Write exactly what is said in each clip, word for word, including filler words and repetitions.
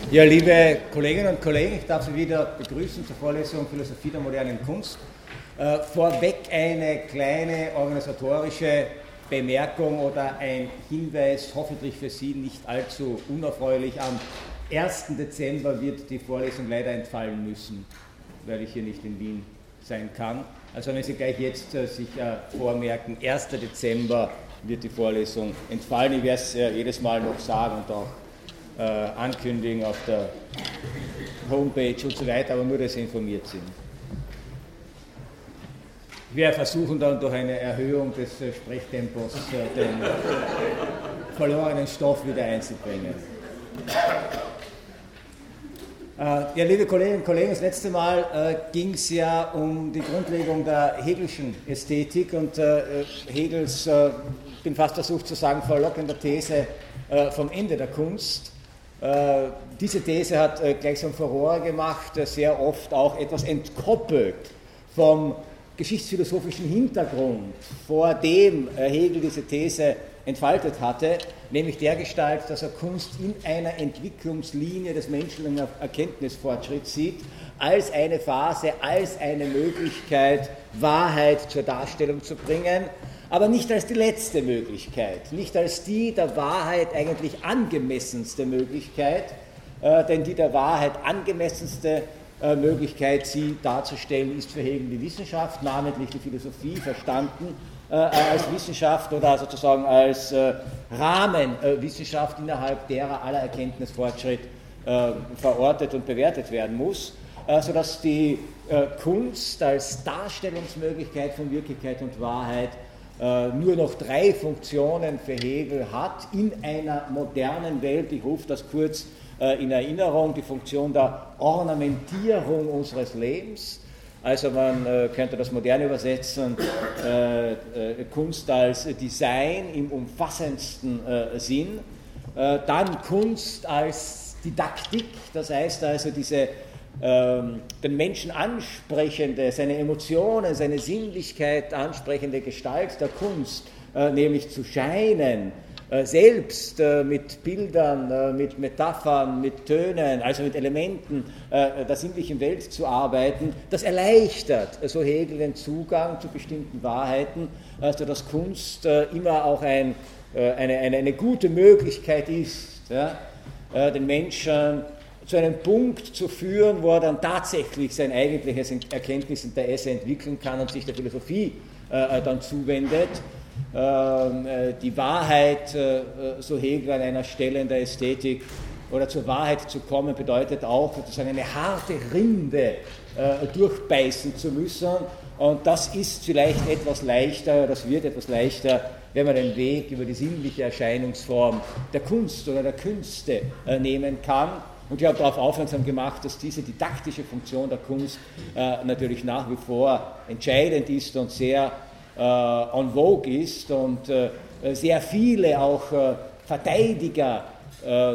Ja, liebe Kolleginnen und Kollegen, ich darf Sie wieder begrüßen zur Vorlesung Philosophie der modernen Kunst. Äh, vorweg eine kleine organisatorische Bemerkung oder ein Hinweis, hoffentlich für Sie nicht allzu unerfreulich. Am ersten Dezember wird die Vorlesung leider entfallen müssen, weil ich hier nicht in Wien sein kann. Also wenn Sie gleich jetzt äh, sich äh, vormerken, erster Dezember wird die Vorlesung entfallen. Ich werde es äh, jedes Mal noch sagen und auch äh, ankündigen auf der Homepage und so weiter, aber nur, dass Sie informiert sind. Wir versuchen dann durch eine Erhöhung des äh, Sprechtempos äh, den verlorenen Stoff wieder einzubringen. Ja, liebe Kolleginnen und Kollegen, das letzte Mal äh, ging es ja um die Grundlegung der Hegelschen Ästhetik und äh, Hegels, äh, ich bin fast versucht zu sagen, verlockender These äh, vom Ende der Kunst. Äh, diese These hat äh, gleichsam Furore gemacht, äh, sehr oft auch etwas entkoppelt vom geschichtsphilosophischen Hintergrund, vor dem äh, Hegel diese These entfaltet hatte, nämlich dergestalt, dass er Kunst in einer Entwicklungslinie des menschlichen Erkenntnisfortschritts sieht, als eine Phase, als eine Möglichkeit, Wahrheit zur Darstellung zu bringen, aber nicht als die letzte Möglichkeit, nicht als die der Wahrheit eigentlich angemessenste Möglichkeit, äh, denn die der Wahrheit angemessenste äh, Möglichkeit, sie darzustellen, ist für Hegel die Wissenschaft, namentlich die Philosophie, verstanden Äh, als Wissenschaft oder sozusagen als äh, Rahmenwissenschaft, äh, innerhalb derer aller Erkenntnisfortschritt äh, verortet und bewertet werden muss, äh, sodass die äh, Kunst als Darstellungsmöglichkeit von Wirklichkeit und Wahrheit äh, nur noch drei Funktionen für Hegel hat in einer modernen Welt. Ich rufe das kurz äh, in Erinnerung, die Funktion der Ornamentierung unseres Lebens. Also man äh, könnte das modern übersetzen, äh, äh, Kunst als Design im umfassendsten äh, Sinn, äh, dann Kunst als Didaktik, das heißt also diese ähm, den Menschen ansprechende, seine Emotionen, seine Sinnlichkeit ansprechende Gestalt der Kunst, äh, nämlich zu scheinen, selbst äh, mit Bildern, äh, mit Metaphern, mit Tönen, also mit Elementen äh, der sinnlichen Welt zu arbeiten, das erleichtert, äh, so Hegel, den Zugang zu bestimmten Wahrheiten, äh, sodass Kunst äh, immer auch ein, äh, eine, eine, eine gute Möglichkeit ist, ja, äh, den Menschen zu einem Punkt zu führen, wo er dann tatsächlich sein eigentliches Erkenntnisinteresse entwickeln kann und sich der Philosophie äh, dann zuwendet. Die Wahrheit, so Hegel an einer Stelle in der Ästhetik, oder zur Wahrheit zu kommen, bedeutet auch sozusagen eine harte Rinde durchbeißen zu müssen. Und das ist vielleicht etwas leichter, das wird etwas leichter, wenn man den Weg über die sinnliche Erscheinungsform der Kunst oder der Künste nehmen kann. Und ich habe darauf aufmerksam gemacht, dass diese didaktische Funktion der Kunst natürlich nach wie vor entscheidend ist und sehr Uh, en vogue ist und uh, sehr viele auch uh, Verteidiger uh,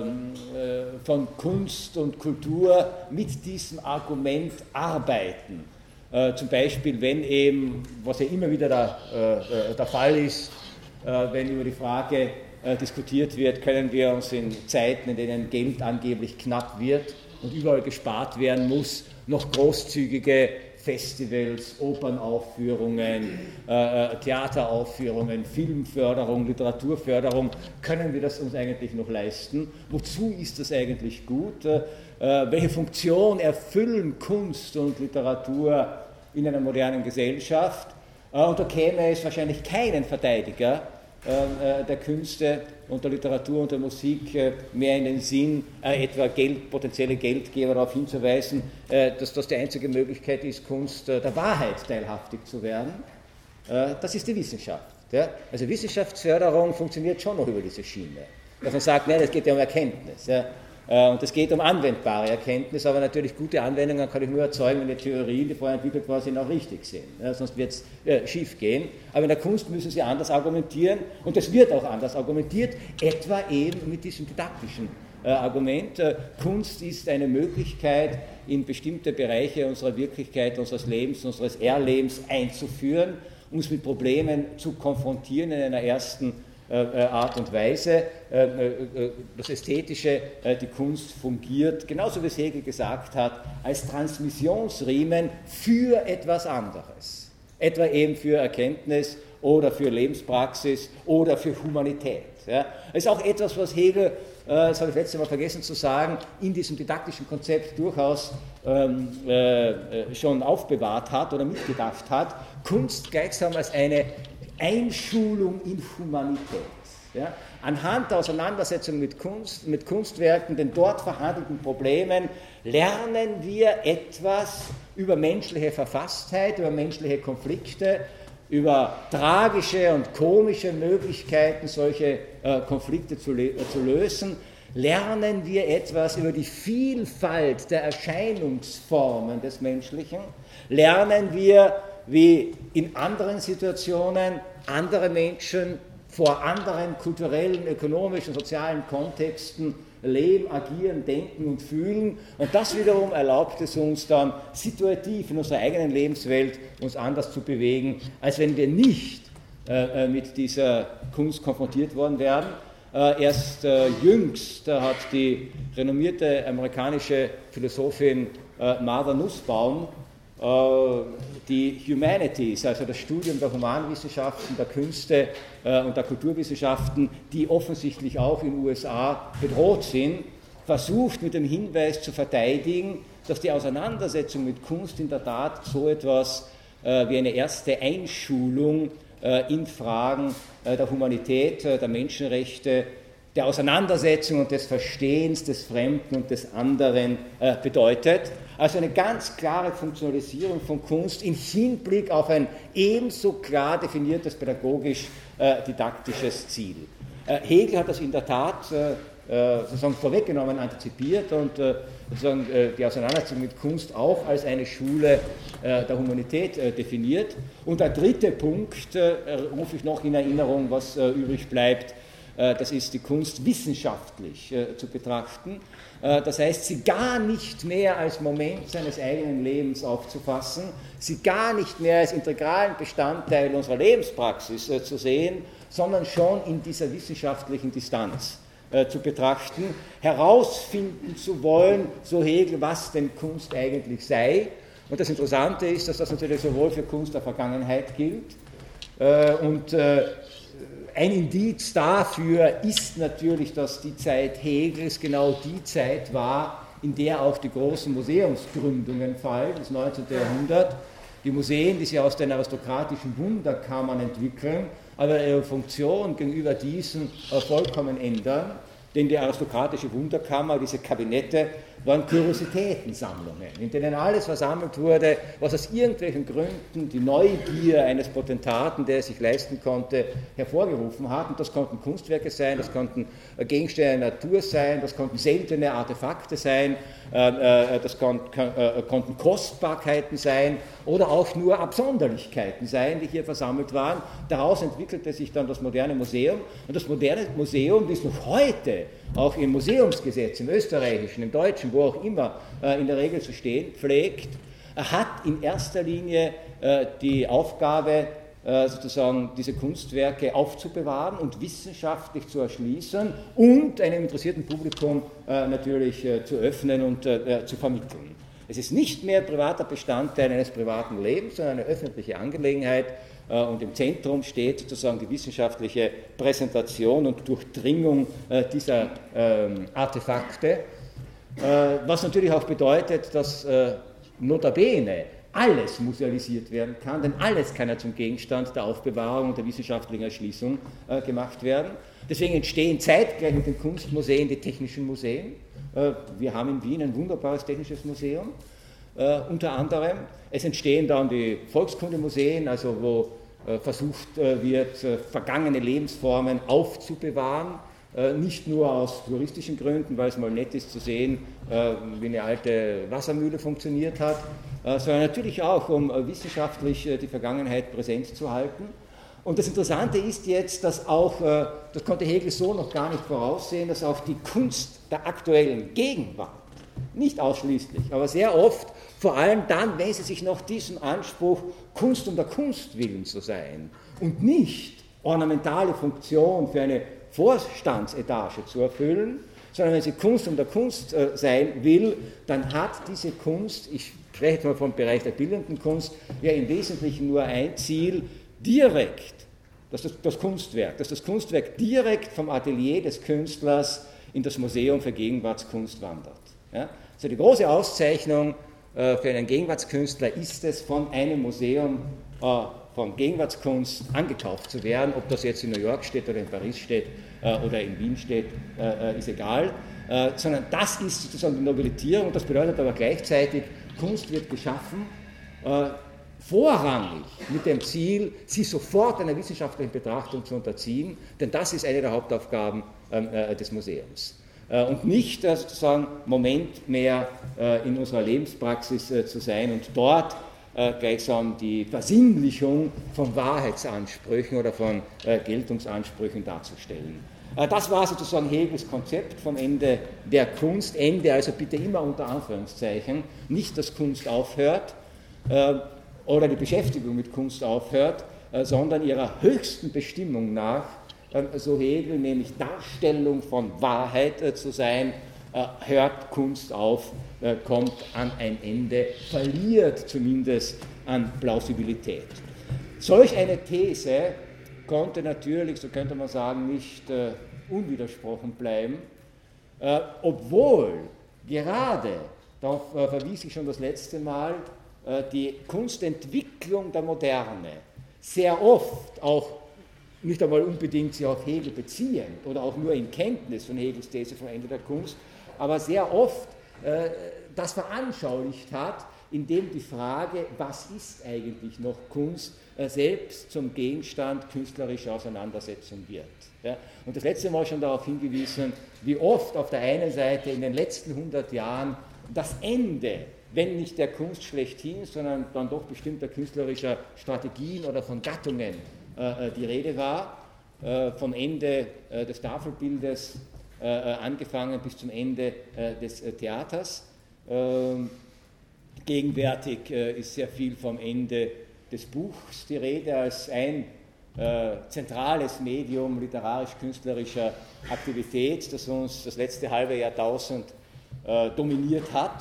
von Kunst und Kultur mit diesem Argument arbeiten. Uh, zum Beispiel, wenn eben, was ja immer wieder der, uh, der Fall ist, uh, wenn über die Frage uh, diskutiert wird, können wir uns in Zeiten, in denen Geld angeblich knapp wird und überall gespart werden muss, noch großzügige Festivals, Opernaufführungen, äh, Theateraufführungen, Filmförderung, Literaturförderung, können wir das uns eigentlich noch leisten? Wozu ist das eigentlich gut? Äh, welche Funktion erfüllen Kunst und Literatur in einer modernen Gesellschaft? Äh, und da käme es wahrscheinlich keinen Verteidiger äh, der Künste und der Literatur und der Musik äh, mehr in den Sinn, äh, etwa Geld, potenzielle Geldgeber darauf hinzuweisen, äh, dass das die einzige Möglichkeit ist, Kunst äh, der Wahrheit teilhaftig zu werden. Äh, das ist die Wissenschaft. Ja? Also Wissenschaftsförderung funktioniert schon noch über diese Schiene. Dass man sagt, nein, es geht ja um Erkenntnis. Ja? Äh, und es geht um anwendbare Erkenntnis, aber natürlich gute Anwendungen kann ich nur erzeugen, wenn die Theorien, die vorher entwickelt worden sind, auch richtig sind. Ja? Sonst wird es äh, schief gehen. Aber in der Kunst müssen sie anders argumentieren und es wird auch anders argumentiert, etwa eben mit diesem didaktischen äh, Argument. Äh, Kunst ist eine Möglichkeit, in bestimmte Bereiche unserer Wirklichkeit, unseres Lebens, unseres Erlebens einzuführen, uns mit Problemen zu konfrontieren in einer ersten Art und Weise. Das Ästhetische, die Kunst fungiert, genauso wie es Hegel gesagt hat, als Transmissionsriemen für etwas anderes. Etwa eben für Erkenntnis oder für Lebenspraxis oder für Humanität. Ja. Das ist auch etwas, was Hegel, das habe ich letztes Mal vergessen zu sagen, in diesem didaktischen Konzept durchaus ähm, äh, schon aufbewahrt hat oder mitgedacht hat. Kunst gleichsam als eine Einschulung in Humanität. Ja. Anhand der Auseinandersetzung mit Kunst, mit Kunstwerken, den dort verhandelten Problemen, lernen wir etwas über menschliche Verfasstheit, über menschliche Konflikte, über tragische und komische Möglichkeiten, solche äh, Konflikte zu, äh, zu lösen, lernen wir etwas über die Vielfalt der Erscheinungsformen des Menschlichen, lernen wir, wie in anderen Situationen andere Menschen vor anderen kulturellen, ökonomischen, sozialen Kontexten leben, agieren, denken und fühlen. Und das wiederum erlaubt es uns dann situativ in unserer eigenen Lebenswelt uns anders zu bewegen, als wenn wir nicht äh, mit dieser Kunst konfrontiert worden wären. Äh, erst äh, jüngst äh, hat die renommierte amerikanische Philosophin äh, Martha Nussbaum äh, die Humanities, also das Studium der Humanwissenschaften, der Künste äh, und der Kulturwissenschaften, die offensichtlich auch in den U S A bedroht sind, versucht mit dem Hinweis zu verteidigen, dass die Auseinandersetzung mit Kunst in der Tat so etwas äh, wie eine erste Einschulung äh, in Fragen äh, der Humanität, äh, der Menschenrechte, der Auseinandersetzung und des Verstehens des Fremden und des anderen äh, bedeutet. Also eine ganz klare Funktionalisierung von Kunst im Hinblick auf ein ebenso klar definiertes pädagogisch-didaktisches Ziel. Äh, Hegel hat das in der Tat äh, sozusagen vorweggenommen, antizipiert und äh, sozusagen, äh, die Auseinandersetzung mit Kunst auch als eine Schule äh, der Humanität äh, definiert. Und der dritte Punkt äh, rufe ich noch in Erinnerung, was äh, übrig bleibt. Das ist die Kunst wissenschaftlich äh, zu betrachten. Äh, das heißt, sie gar nicht mehr als Moment seines eigenen Lebens aufzufassen, sie gar nicht mehr als integralen Bestandteil unserer Lebenspraxis äh, zu sehen, sondern schon in dieser wissenschaftlichen Distanz äh, zu betrachten, herausfinden zu wollen, so Hegel, was denn Kunst eigentlich sei. Und das Interessante ist, dass das natürlich sowohl für Kunst der Vergangenheit gilt äh, und äh, ein Indiz dafür ist natürlich, dass die Zeit Hegels genau die Zeit war, in der auch die großen Museumsgründungen fallen, das neunzehnte Jahrhundert. Die Museen, die sich aus den aristokratischen Wunderkammern entwickeln, aber ihre Funktion gegenüber diesen vollkommen ändern. Denn die aristokratische Wunderkammer, diese Kabinette, waren Kuriositätensammlungen, in denen alles versammelt wurde, was aus irgendwelchen Gründen die Neugier eines Potentaten, der es sich leisten konnte, hervorgerufen hat. Und das konnten Kunstwerke sein, das konnten Gegenstände der Natur sein, das konnten seltene Artefakte sein, das konnten Kostbarkeiten sein oder auch nur Absonderlichkeiten sein, die hier versammelt waren. Daraus entwickelte sich dann das moderne Museum. Und das moderne Museum, das noch heute auch im Museumsgesetz, im österreichischen, im deutschen, wo auch immer, in der Regel zu stehen pflegt, hat in erster Linie die Aufgabe, sozusagen diese Kunstwerke aufzubewahren und wissenschaftlich zu erschließen und einem interessierten Publikum natürlich zu öffnen und zu vermitteln. Es ist nicht mehr privater Bestandteil eines privaten Lebens, sondern eine öffentliche Angelegenheit. Und im Zentrum steht sozusagen die wissenschaftliche Präsentation und Durchdringung dieser Artefakte, was natürlich auch bedeutet, dass notabene alles musealisiert werden kann, denn alles kann ja zum Gegenstand der Aufbewahrung und der wissenschaftlichen Erschließung gemacht werden. Deswegen entstehen zeitgleich mit den Kunstmuseen die technischen Museen. Wir haben in Wien ein wunderbares technisches Museum. Äh, unter anderem. Es entstehen dann die Volkskundemuseen, also wo äh, versucht äh, wird, äh, vergangene Lebensformen aufzubewahren, äh, nicht nur aus touristischen Gründen, weil es mal nett ist zu sehen, äh, wie eine alte Wassermühle funktioniert hat, äh, sondern natürlich auch, um äh, wissenschaftlich äh, die Vergangenheit präsent zu halten. Und das Interessante ist jetzt, dass auch, äh, das konnte Hegel so noch gar nicht voraussehen, dass auch die Kunst der aktuellen Gegenwart, nicht ausschließlich, aber sehr oft, vor allem dann, wenn sie sich noch diesem Anspruch, Kunst um der Kunst willen zu sein und nicht ornamentale Funktion für eine Vorstandsetage zu erfüllen, sondern wenn sie Kunst um der Kunst äh, sein will, dann hat diese Kunst, ich spreche jetzt mal vom Bereich der bildenden Kunst, ja im Wesentlichen nur ein Ziel, direkt, dass das, das Kunstwerk, dass das Kunstwerk direkt vom Atelier des Künstlers in das Museum für Gegenwartskunst wandert. Ja? Also die große Auszeichnung äh, für einen Gegenwartskünstler ist es, von einem Museum äh, von Gegenwartskunst angekauft zu werden, ob das jetzt in New York steht oder in Paris steht äh, oder in Wien steht, äh, ist egal, äh, sondern das ist sozusagen die Nobilitierung, das bedeutet aber gleichzeitig, Kunst wird geschaffen, äh, vorrangig mit dem Ziel, sie sofort einer wissenschaftlichen Betrachtung zu unterziehen, denn das ist eine der Hauptaufgaben äh, des Museums. Äh, und nicht äh, sozusagen Moment mehr äh, in unserer Lebenspraxis äh, zu sein und dort äh, gleichsam die Versinnlichung von Wahrheitsansprüchen oder von äh, Geltungsansprüchen darzustellen. Äh, das war sozusagen Hegels Konzept vom Ende der Kunst. Ende, also bitte immer unter Anführungszeichen, nicht, dass Kunst aufhört, äh, oder die Beschäftigung mit Kunst aufhört, äh, sondern ihrer höchsten Bestimmung nach, äh, so Hegel, nämlich Darstellung von Wahrheit äh, zu sein, äh, hört Kunst auf, äh, kommt an ein Ende, verliert zumindest an Plausibilität. Solch eine These konnte natürlich, so könnte man sagen, nicht äh, unwidersprochen bleiben, äh, obwohl gerade, darauf äh, verwies ich schon das letzte Mal, die Kunstentwicklung der Moderne sehr oft auch nicht einmal unbedingt sich auf Hegel beziehen oder auch nur in Kenntnis von Hegels These vom Ende der Kunst, aber sehr oft äh, das veranschaulicht hat, indem die Frage, was ist eigentlich noch Kunst, äh, selbst zum Gegenstand künstlerischer Auseinandersetzung wird. Ja? Und das letzte Mal schon darauf hingewiesen, wie oft auf der einen Seite in den letzten hundert Jahren das Ende, wenn nicht der Kunst schlechthin, sondern dann doch bestimmter künstlerischer Strategien oder von Gattungen äh, die Rede war, äh, vom Ende äh, des Tafelbildes äh, angefangen bis zum Ende äh, des äh, Theaters. Ähm, gegenwärtig äh, ist sehr viel vom Ende des Buchs die Rede als ein äh, zentrales Medium literarisch-künstlerischer Aktivität, das uns das letzte halbe Jahrtausend äh, dominiert hat.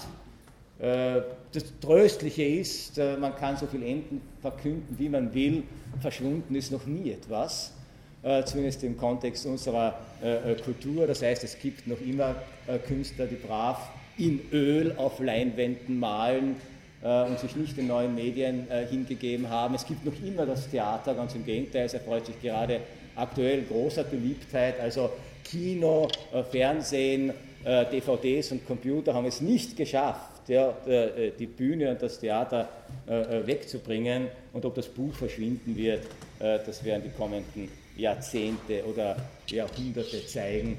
Das Tröstliche ist, man kann so viele Enden verkünden, wie man will, verschwunden ist noch nie etwas, zumindest im Kontext unserer Kultur. Das heißt, es gibt noch immer Künstler, die brav in Öl auf Leinwänden malen und sich nicht den neuen Medien hingegeben haben. Es gibt noch immer das Theater, ganz im Gegenteil, es erfreut sich gerade aktuell großer Beliebtheit, also Kino, Fernsehen, D V Ds und Computer haben es nicht geschafft, ja, die Bühne und das Theater wegzubringen, und ob das Buch verschwinden wird, das werden die kommenden Jahrzehnte oder Jahrhunderte zeigen.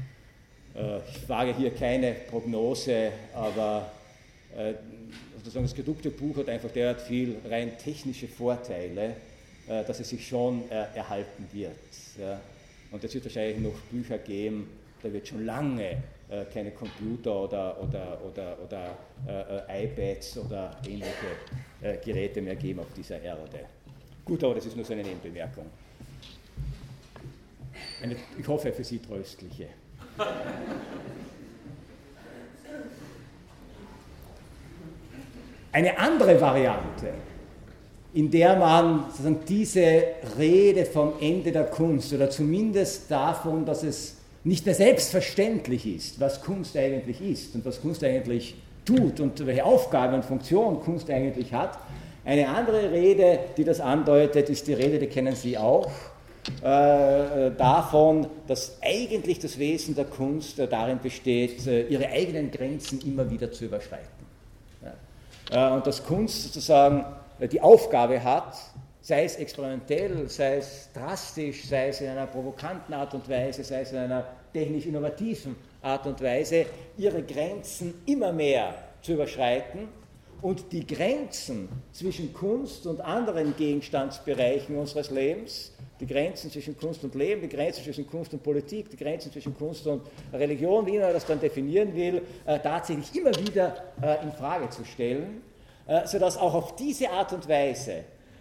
Ich wage hier keine Prognose, aber sozusagen das gedruckte Buch hat einfach derart viel rein technische Vorteile, dass es sich schon erhalten wird. Und es wird wahrscheinlich noch Bücher geben, da wird schon lange keine Computer oder, oder, oder, oder äh, iPads oder ähnliche äh, Geräte mehr geben auf dieser Erde. Gut, aber das ist nur so eine Nebenbemerkung. Eine, ich hoffe für Sie tröstliche. Eine andere Variante, in der man sozusagen diese Rede vom Ende der Kunst oder zumindest davon, dass es nicht mehr selbstverständlich ist, was Kunst eigentlich ist und was Kunst eigentlich tut und welche Aufgabe und Funktion Kunst eigentlich hat. Eine andere Rede, die das andeutet, ist die Rede, die kennen Sie auch, äh, davon, dass eigentlich das Wesen der Kunst äh, darin besteht, äh, ihre eigenen Grenzen immer wieder zu überschreiten. Ja. Äh, und dass Kunst sozusagen äh, die Aufgabe hat, sei es experimentell, sei es drastisch, sei es in einer provokanten Art und Weise, sei es in einer technisch innovativen Art und Weise, ihre Grenzen immer mehr zu überschreiten und die Grenzen zwischen Kunst und anderen Gegenstandsbereichen unseres Lebens, die Grenzen zwischen Kunst und Leben, die Grenzen zwischen Kunst und Politik, die Grenzen zwischen Kunst und Religion, wie man das dann definieren will, äh, tatsächlich immer wieder äh, in Frage zu stellen, äh, sodass auch auf diese Art und Weise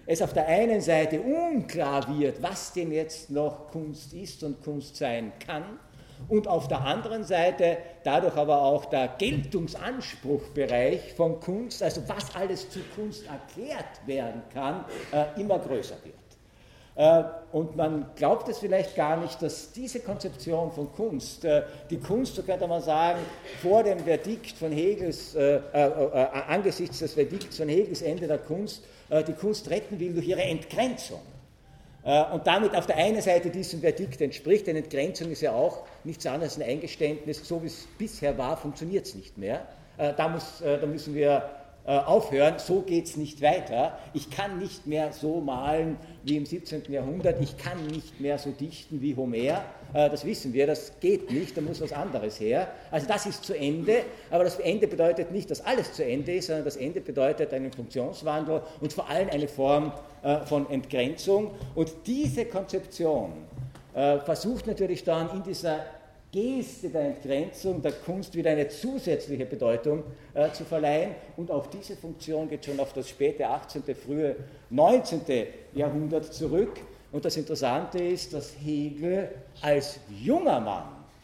es auf der einen Seite unklar wird, was denn jetzt noch Kunst ist und Kunst sein kann, und auf der anderen Seite dadurch aber auch der Geltungsanspruchbereich von Kunst, also was alles zu Kunst erklärt werden kann, äh, immer größer wird. Äh, und man glaubt es vielleicht gar nicht, dass diese Konzeption von Kunst, äh, die Kunst, so könnte man sagen, vor dem Verdikt von Hegels, äh, äh, äh, angesichts des Verdikts von Hegels Ende der Kunst, äh, die Kunst retten will durch ihre Entgrenzung. Und damit auf der einen Seite diesem Verdikt entspricht, denn Entgrenzung ist ja auch nichts anderes als ein Eingeständnis, so wie es bisher war, funktioniert es nicht mehr. Da, muss, da müssen wir aufhören, so geht es nicht weiter. Ich kann nicht mehr so malen wie im siebzehnten Jahrhundert, ich kann nicht mehr so dichten wie Homer, das wissen wir, das geht nicht, da muss was anderes her. Also das ist zu Ende, aber das Ende bedeutet nicht, dass alles zu Ende ist, sondern das Ende bedeutet einen Funktionswandel und vor allem eine Form von Entgrenzung. Und diese Konzeption versucht natürlich dann in dieser Geste der Entgrenzung der Kunst wieder eine zusätzliche Bedeutung äh, zu verleihen, und auch diese Funktion geht schon auf das späte achtzehnte, frühe neunzehnte Jahrhundert zurück. Und das Interessante ist, dass Hegel als junger Mann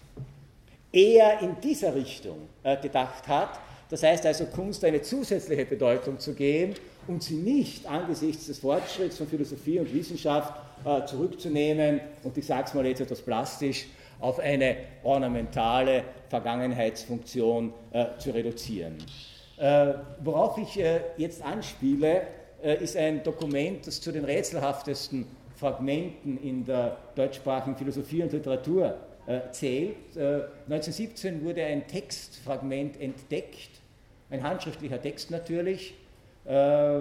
eher in dieser Richtung äh, gedacht hat, das heißt also Kunst eine zusätzliche Bedeutung zu geben und sie nicht angesichts des Fortschritts von Philosophie und Wissenschaft äh, zurückzunehmen, und ich sage es mal jetzt etwas plastisch, auf eine ornamentale Vergangenheitsfunktion äh, zu reduzieren. Äh, worauf ich äh, jetzt anspiele, äh, ist ein Dokument, das zu den rätselhaftesten Fragmenten in der deutschsprachigen Philosophie und Literatur äh, zählt. Äh, neunzehnhundertsiebzehn wurde ein Textfragment entdeckt, ein handschriftlicher Text natürlich, äh,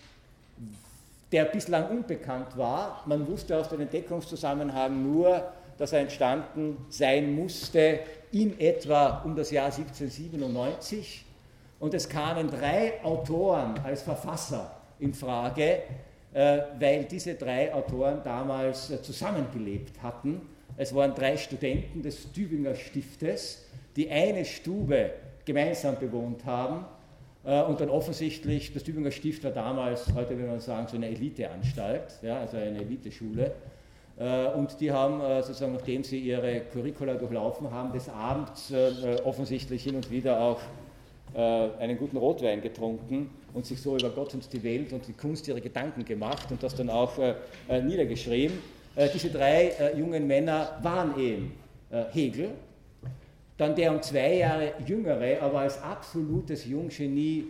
der bislang unbekannt war. Man wusste aus dem Entdeckungszusammenhang nur, dass er entstanden sein musste in etwa um das Jahr siebzehnhundertsiebenundneunzig, und es kamen drei Autoren als Verfasser in Frage, äh, weil diese drei Autoren damals äh, zusammengelebt hatten. Es waren drei Studenten des Tübinger Stiftes, die eine Stube gemeinsam bewohnt haben, äh, und dann offensichtlich, das Tübinger Stift war damals, heute würde man sagen, so eine Eliteanstalt, ja, also eine Eliteschule. Und die haben sozusagen, nachdem sie ihre Curricula durchlaufen haben, des Abends offensichtlich hin und wieder auch einen guten Rotwein getrunken und sich so über Gott und die Welt und die Kunst ihre Gedanken gemacht und das dann auch niedergeschrieben. Diese drei jungen Männer waren eben Hegel, dann der um zwei Jahre jüngere, aber als absolutes Junggenie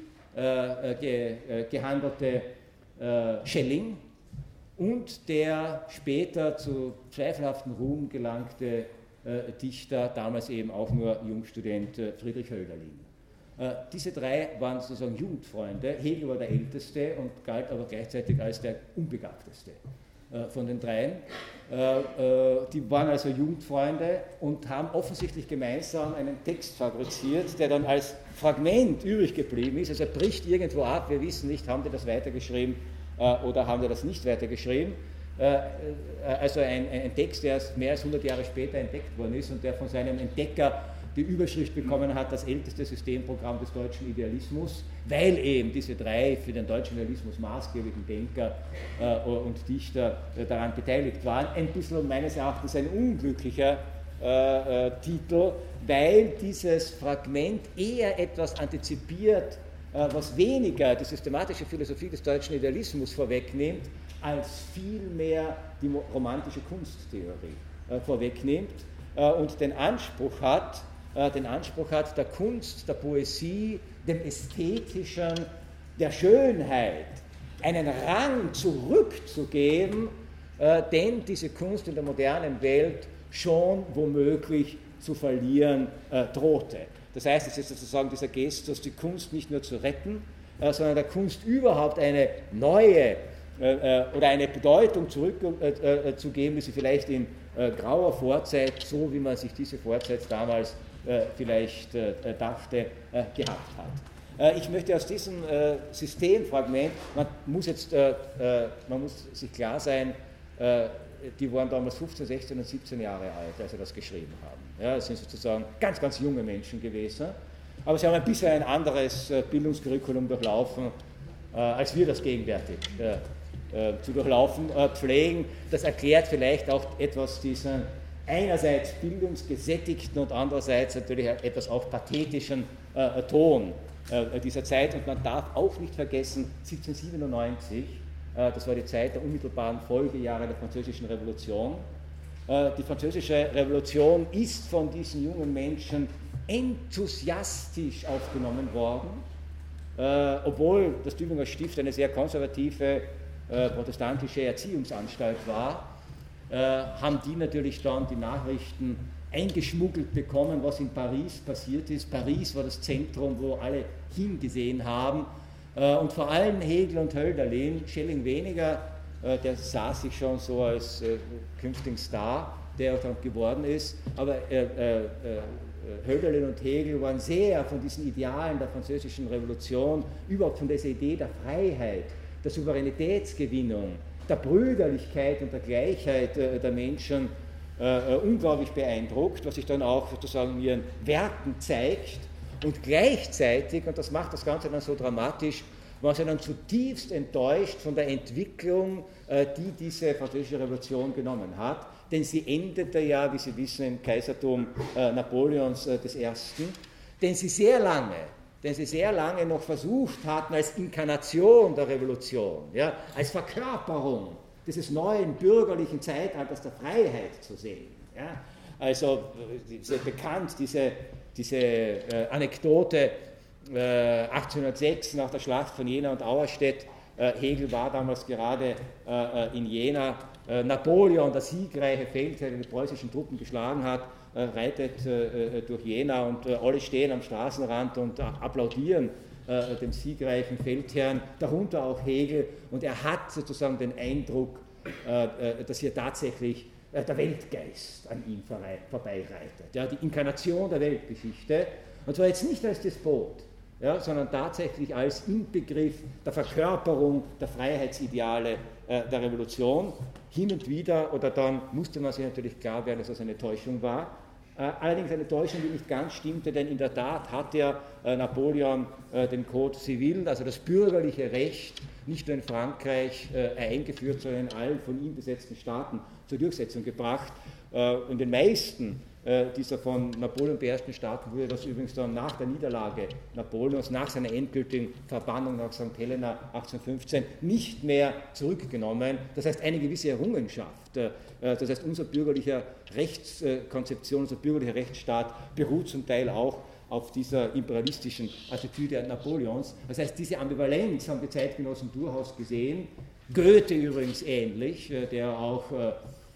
gehandelte Schelling, und der später zu zweifelhaftem Ruhm gelangte äh, Dichter, damals eben auch nur Jungstudent äh, Friedrich Hölderlin. Äh, diese drei waren sozusagen Jugendfreunde. Hegel war der Älteste und galt aber gleichzeitig als der Unbegabteste äh, von den dreien. Äh, äh, die waren also Jugendfreunde und haben offensichtlich gemeinsam einen Text fabriziert, der dann als Fragment übrig geblieben ist. Also er bricht irgendwo ab, wir wissen nicht, haben die das weitergeschrieben oder haben wir das nicht weitergeschrieben. Also ein, ein Text, der erst mehr als hundert Jahre später entdeckt worden ist und der von seinem Entdecker die Überschrift bekommen hat, das älteste Systemprogramm des deutschen Idealismus, weil eben diese drei für den deutschen Idealismus maßgeblichen Denker und Dichter daran beteiligt waren. Ein bisschen meines Erachtens ein unglücklicher äh, Titel, weil dieses Fragment eher etwas antizipiert, was weniger die systematische Philosophie des deutschen Idealismus vorwegnimmt, als vielmehr die romantische Kunsttheorie äh, vorwegnimmt äh, und den Anspruch hat, äh, den Anspruch hat, der Kunst, der Poesie, dem Ästhetischen, der Schönheit einen Rang zurückzugeben, äh, den diese Kunst in der modernen Welt schon womöglich zu verlieren äh, drohte. Das heißt, es ist sozusagen dieser Gestus, die Kunst nicht nur zu retten, äh, sondern der Kunst überhaupt eine neue äh, oder eine Bedeutung zurückzugeben, äh, äh, die sie vielleicht in äh, grauer Vorzeit, so wie man sich diese Vorzeit damals äh, vielleicht äh, dachte, äh, gehabt hat. Äh, ich möchte aus diesem äh, Systemfragment, man muss jetzt, äh, äh, man muss sich klar sein, äh, die waren damals fünfzehn, sechzehn und siebzehn Jahre alt, als sie das geschrieben haben. Ja, das sind sozusagen ganz, ganz junge Menschen gewesen. Aber sie haben ein bisschen ein anderes Bildungscurriculum durchlaufen, äh, als wir das gegenwärtig äh, äh, zu durchlaufen äh, pflegen. Das erklärt vielleicht auch etwas diesen einerseits bildungsgesättigten und andererseits natürlich etwas auch pathetischen äh, Ton äh, dieser Zeit. Und man darf auch nicht vergessen, siebzehnhundertsiebenundneunzig, äh, das war die Zeit der unmittelbaren Folgejahre der Französischen Revolution. Äh, die Französische Revolution ist von diesen jungen Menschen enthusiastisch aufgenommen worden, äh, obwohl das Tübinger Stift eine sehr konservative äh, protestantische Erziehungsanstalt war. Äh, haben die natürlich dann die Nachrichten eingeschmuggelt bekommen, was in Paris passiert ist. Paris war das Zentrum, wo alle hingesehen haben. Äh, und vor allem Hegel und Hölderlin, Schelling weniger, äh, der sah sich schon so als äh, künftigen Star, der auch dann geworden ist. Aber äh, äh, äh, Hölderlin und Hegel waren sehr von diesen Idealen der Französischen Revolution, überhaupt von dieser Idee der Freiheit, der Souveränitätsgewinnung, der Brüderlichkeit und der Gleichheit äh, der Menschen äh, unglaublich beeindruckt, was sich dann auch sozusagen in ihren Werken zeigt. Und gleichzeitig, und das macht das Ganze dann so dramatisch, war sie dann zutiefst enttäuscht von der Entwicklung, äh, die diese Französische Revolution genommen hat. Denn sie endete ja, wie Sie wissen, im Kaisertum äh, Napoleons äh, des Ersten, den sie sehr lange den sie sehr lange noch versucht hatten, als Inkarnation der Revolution, ja, als Verkörperung dieses neuen bürgerlichen Zeitalters der Freiheit zu sehen. Ja. Also sehr bekannt, diese, diese äh, Anekdote äh, achtzehnhundertsechs nach der Schlacht von Jena und Auerstedt. Äh, Hegel war damals gerade äh, in Jena. Äh, Napoleon, der siegreiche Feldherr, der die preußischen Truppen geschlagen hat, reitet äh, durch Jena und äh, alle stehen am Straßenrand und äh, applaudieren äh, dem siegreichen Feldherrn, darunter auch Hegel, und er hat sozusagen den Eindruck, äh, äh, dass hier tatsächlich äh, der Weltgeist an ihm vorbeireitet, ja, die Inkarnation der Weltgeschichte, und zwar jetzt nicht als Despot, ja, sondern tatsächlich als Inbegriff der Verkörperung der Freiheitsideale äh, der Revolution. Hin und wieder, oder dann musste man sich natürlich klar werden, dass das eine Täuschung war. Äh, allerdings eine Täuschung, die nicht ganz stimmte, denn in der Tat hat ja äh, Napoleon äh, den Code Civil, also das bürgerliche Recht, nicht nur in Frankreich äh, eingeführt, sondern in allen von ihm besetzten Staaten zur Durchsetzung gebracht. Äh, in den meisten äh, dieser von Napoleon beherrschten Staaten wurde das übrigens dann nach der Niederlage Napoleons, nach seiner endgültigen Verbannung nach Sankt Helena achtzehnhundertfünfzehn, nicht mehr zurückgenommen. Das heißt, eine gewisse Errungenschaft, äh, das heißt, unser bürgerlicher Rechtskonzeption, unser bürgerlicher Rechtsstaat beruht zum Teil auch auf dieser imperialistischen Attitüde Napoleons. Das heißt, diese Ambivalenz haben die Zeitgenossen durchaus gesehen. Goethe übrigens ähnlich, der auch äh,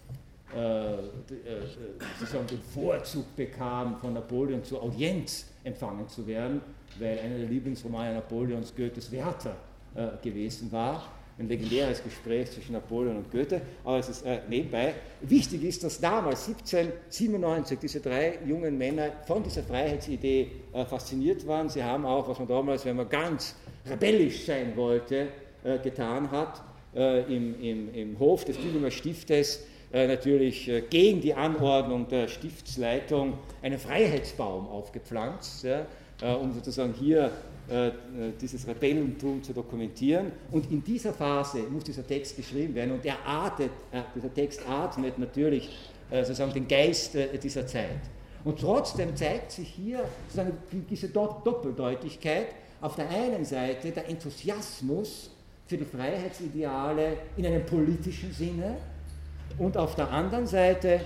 äh, sozusagen den Vorzug bekam, von Napoleon zur Audienz empfangen zu werden, weil einer der Lieblingsromane Napoleons Goethes Werther äh, gewesen war. Ein legendäres Gespräch zwischen Napoleon und Goethe, aber es ist äh, nebenbei. Wichtig ist, dass damals, siebzehnhundertsiebenundneunzig, diese drei jungen Männer von dieser Freiheitsidee äh, fasziniert waren. Sie haben auch, was man damals, wenn man ganz rebellisch sein wollte, äh, getan hat, äh, im, im, im Hof des Tübinger Stiftes äh, natürlich äh, gegen die Anordnung der Stiftsleitung einen Freiheitsbaum aufgepflanzt, ja, äh, um sozusagen hier dieses Rebellentum zu dokumentieren. Und in dieser Phase muss dieser Text geschrieben werden, und er artet, äh, dieser Text atmet natürlich äh, sozusagen den Geist äh, dieser Zeit. Und trotzdem zeigt sich hier sozusagen diese Doppeldeutigkeit. Auf der einen Seite der Enthusiasmus für die Freiheitsideale in einem politischen Sinne, und auf der anderen Seite,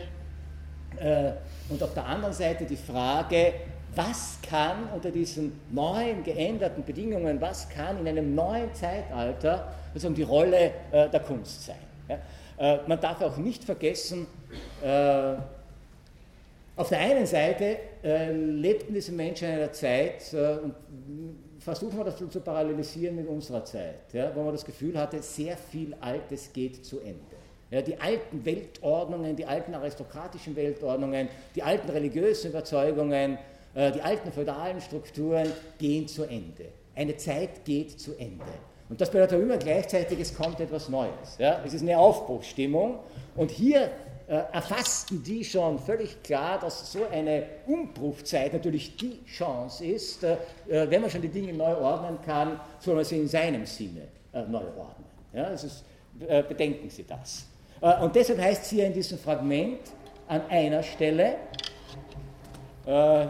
äh, und auf der anderen Seite die Frage, was kann unter diesen neuen, geänderten Bedingungen, was kann in einem neuen Zeitalter sozusagen die Rolle äh, der Kunst sein? Ja? Äh, man darf auch nicht vergessen, äh, auf der einen Seite äh, lebten diese Menschen in einer Zeit, äh, und versuchen wir das zu parallelisieren mit unserer Zeit, ja, wo man das Gefühl hatte, sehr viel Altes geht zu Ende. Ja, die alten Weltordnungen, die alten aristokratischen Weltordnungen, die alten religiösen Überzeugungen, die alten feudalen Strukturen gehen zu Ende. Eine Zeit geht zu Ende. Und das bedeutet immer gleichzeitig, es kommt etwas Neues. Ja? Es ist eine Aufbruchsstimmung. Und hier äh, erfassten die schon völlig klar, dass so eine Umbruchzeit natürlich die Chance ist, äh, wenn man schon die Dinge neu ordnen kann, soll man sie in seinem Sinne äh, neu ordnen. Ja? Es ist Äh, bedenken Sie das. Äh, und deshalb heißt es hier in diesem Fragment an einer Stelle, äh,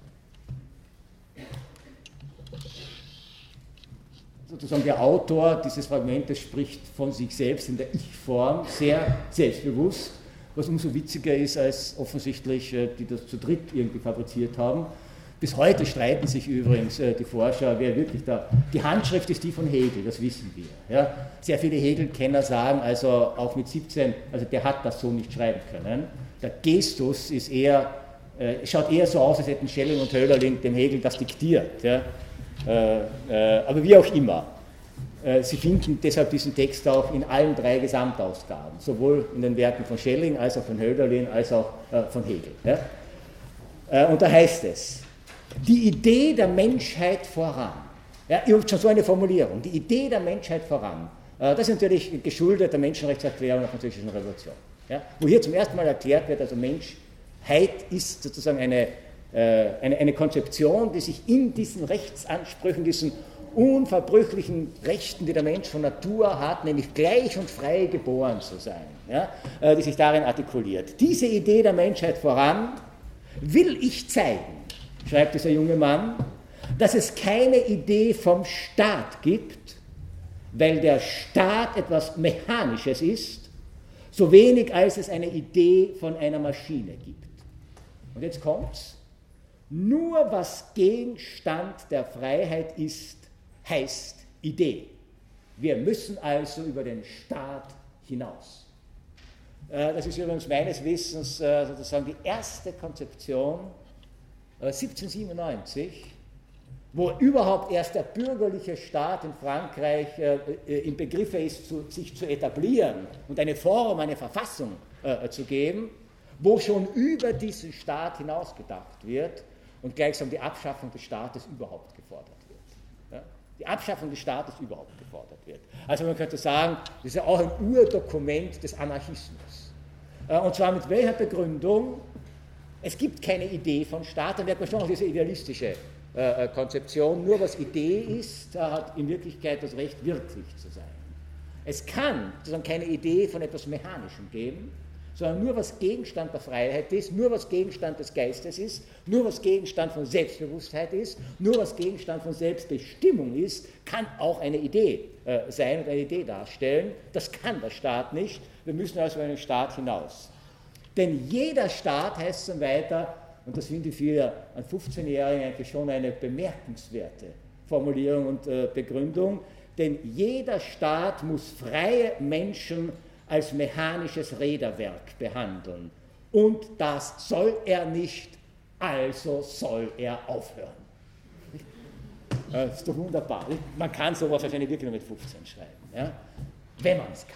sozusagen der Autor dieses Fragmentes spricht von sich selbst in der Ich-Form, sehr selbstbewusst, was umso witziger ist, als offensichtlich äh, die das zu dritt irgendwie fabriziert haben. Bis heute streiten sich übrigens äh, die Forscher, wer wirklich da. Die Handschrift ist die von Hegel, das wissen wir. Ja? Sehr viele Hegel-Kenner sagen, also auch mit siebzehn, also der hat das so nicht schreiben können. Der Gestus ist eher, äh, schaut eher so aus, als hätten Schelling und Hölderlin dem Hegel das diktiert. Ja? Äh, äh, aber wie auch immer. Äh, Sie finden deshalb diesen Text auch in allen drei Gesamtausgaben, sowohl in den Werken von Schelling, als auch von Hölderlin, als auch äh, von Hegel. Ja? Äh, und da heißt es, die Idee der Menschheit voran. Ja, ihr habt schon so eine Formulierung, die Idee der Menschheit voran. Äh, das ist natürlich geschuldet der Menschenrechtserklärung der Französischen Revolution. Ja, wo hier zum ersten Mal erklärt wird, also Menschheit ist sozusagen eine, äh, eine, eine Konzeption, die sich in diesen Rechtsansprüchen, diesen unverbrüchlichen Rechten, die der Mensch von Natur hat, nämlich gleich und frei geboren zu sein, ja, äh, die sich darin artikuliert. Diese Idee der Menschheit voran will ich zeigen, schreibt dieser junge Mann, dass es keine Idee vom Staat gibt, weil der Staat etwas Mechanisches ist, so wenig als es eine Idee von einer Maschine gibt. Und jetzt kommt's. Nur was Gegenstand der Freiheit ist, heißt Idee. Wir müssen also über den Staat hinaus. Das ist übrigens meines Wissens sozusagen die erste Konzeption siebzehnhundertsiebenundneunzig, wo überhaupt erst der bürgerliche Staat in Frankreich äh, im Begriffe ist, zu, sich zu etablieren und eine Form, eine Verfassung äh, zu geben, wo schon über diesen Staat hinausgedacht wird und gleichsam die Abschaffung des Staates überhaupt gefordert wird. Ja? Die Abschaffung des Staates überhaupt gefordert wird. Also man könnte sagen, das ist ja auch ein Urdokument des Anarchismus. Äh, und zwar mit welcher Begründung? Es gibt keine Idee von Staat, dann wird man schon noch diese idealistische äh, Konzeption, nur was Idee ist, hat in Wirklichkeit das Recht, wirklich zu sein. Es kann sozusagen keine Idee von etwas Mechanischem geben, sondern nur was Gegenstand der Freiheit ist, nur was Gegenstand des Geistes ist, nur was Gegenstand von Selbstbewusstheit ist, nur was Gegenstand von Selbstbestimmung ist, kann auch eine Idee äh, sein und eine Idee darstellen. Das kann der Staat nicht. Wir müssen also über den Staat hinaus. Denn jeder Staat, heißt es dann weiter, und das finde ich für einen fünfzehnjährigen eigentlich schon eine bemerkenswerte Formulierung und äh, Begründung, denn jeder Staat muss freie Menschen als mechanisches Räderwerk behandeln. Und das soll er nicht, also soll er aufhören. Das ist doch wunderbar. Man kann sowas wahrscheinlich wirklich nur mit fünfzehn schreiben, ja? Wenn man es kann.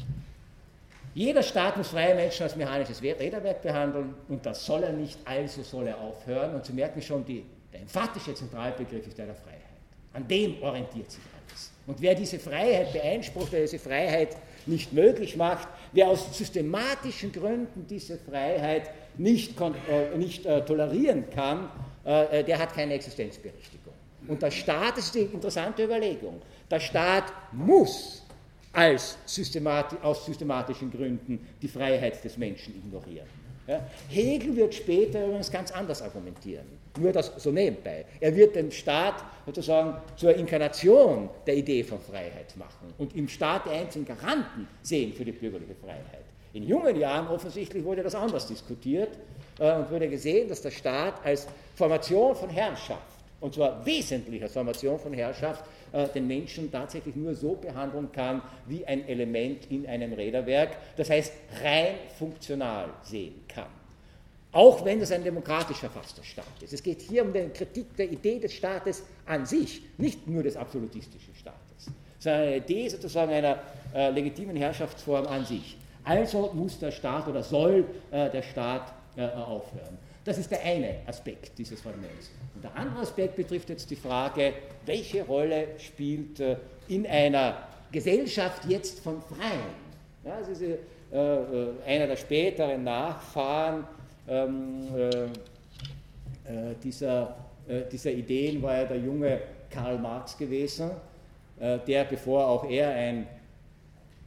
Jeder Staat muss freie Menschen als mechanisches Räderwerk behandeln und das soll er nicht, also soll er aufhören. Und Sie merken schon, die, der emphatische Zentralbegriff ist der der Freiheit. An dem orientiert sich alles. Und wer diese Freiheit beeinsprucht, wer diese Freiheit nicht möglich macht, wer aus systematischen Gründen diese Freiheit nicht, äh, nicht äh, tolerieren kann, äh, der hat keine Existenzberechtigung. Und der Staat, das ist die interessante Überlegung, der Staat muss als systemati- aus systematischen Gründen die Freiheit des Menschen ignorieren. Ja? Hegel wird später übrigens ganz anders argumentieren, nur das so nebenbei. Er wird den Staat sozusagen zur Inkarnation der Idee von Freiheit machen und im Staat die einzigen Garanten sehen für die bürgerliche Freiheit. In jungen Jahren offensichtlich wurde das anders diskutiert äh, und wurde gesehen, dass der Staat als Formation von Herrschaft, und zwar wesentlich als Formation von Herrschaft, äh, den Menschen tatsächlich nur so behandeln kann, wie ein Element in einem Räderwerk, das heißt rein funktional sehen kann. Auch wenn es ein demokratisch verfasster Staat ist. Es geht hier um die Kritik der Idee des Staates an sich, nicht nur des absolutistischen Staates, sondern eine Idee sozusagen einer äh, legitimen Herrschaftsform an sich. Also muss der Staat oder soll äh, der Staat äh, aufhören. Das ist der eine Aspekt dieses Fragments. Und der andere Aspekt betrifft jetzt die Frage, welche Rolle spielt äh, in einer Gesellschaft jetzt von Freien? Ja, das ist äh, einer der späteren Nachfahren ähm, äh, äh, dieser, äh, dieser Ideen war ja der junge Karl Marx gewesen, äh, der, bevor auch er ein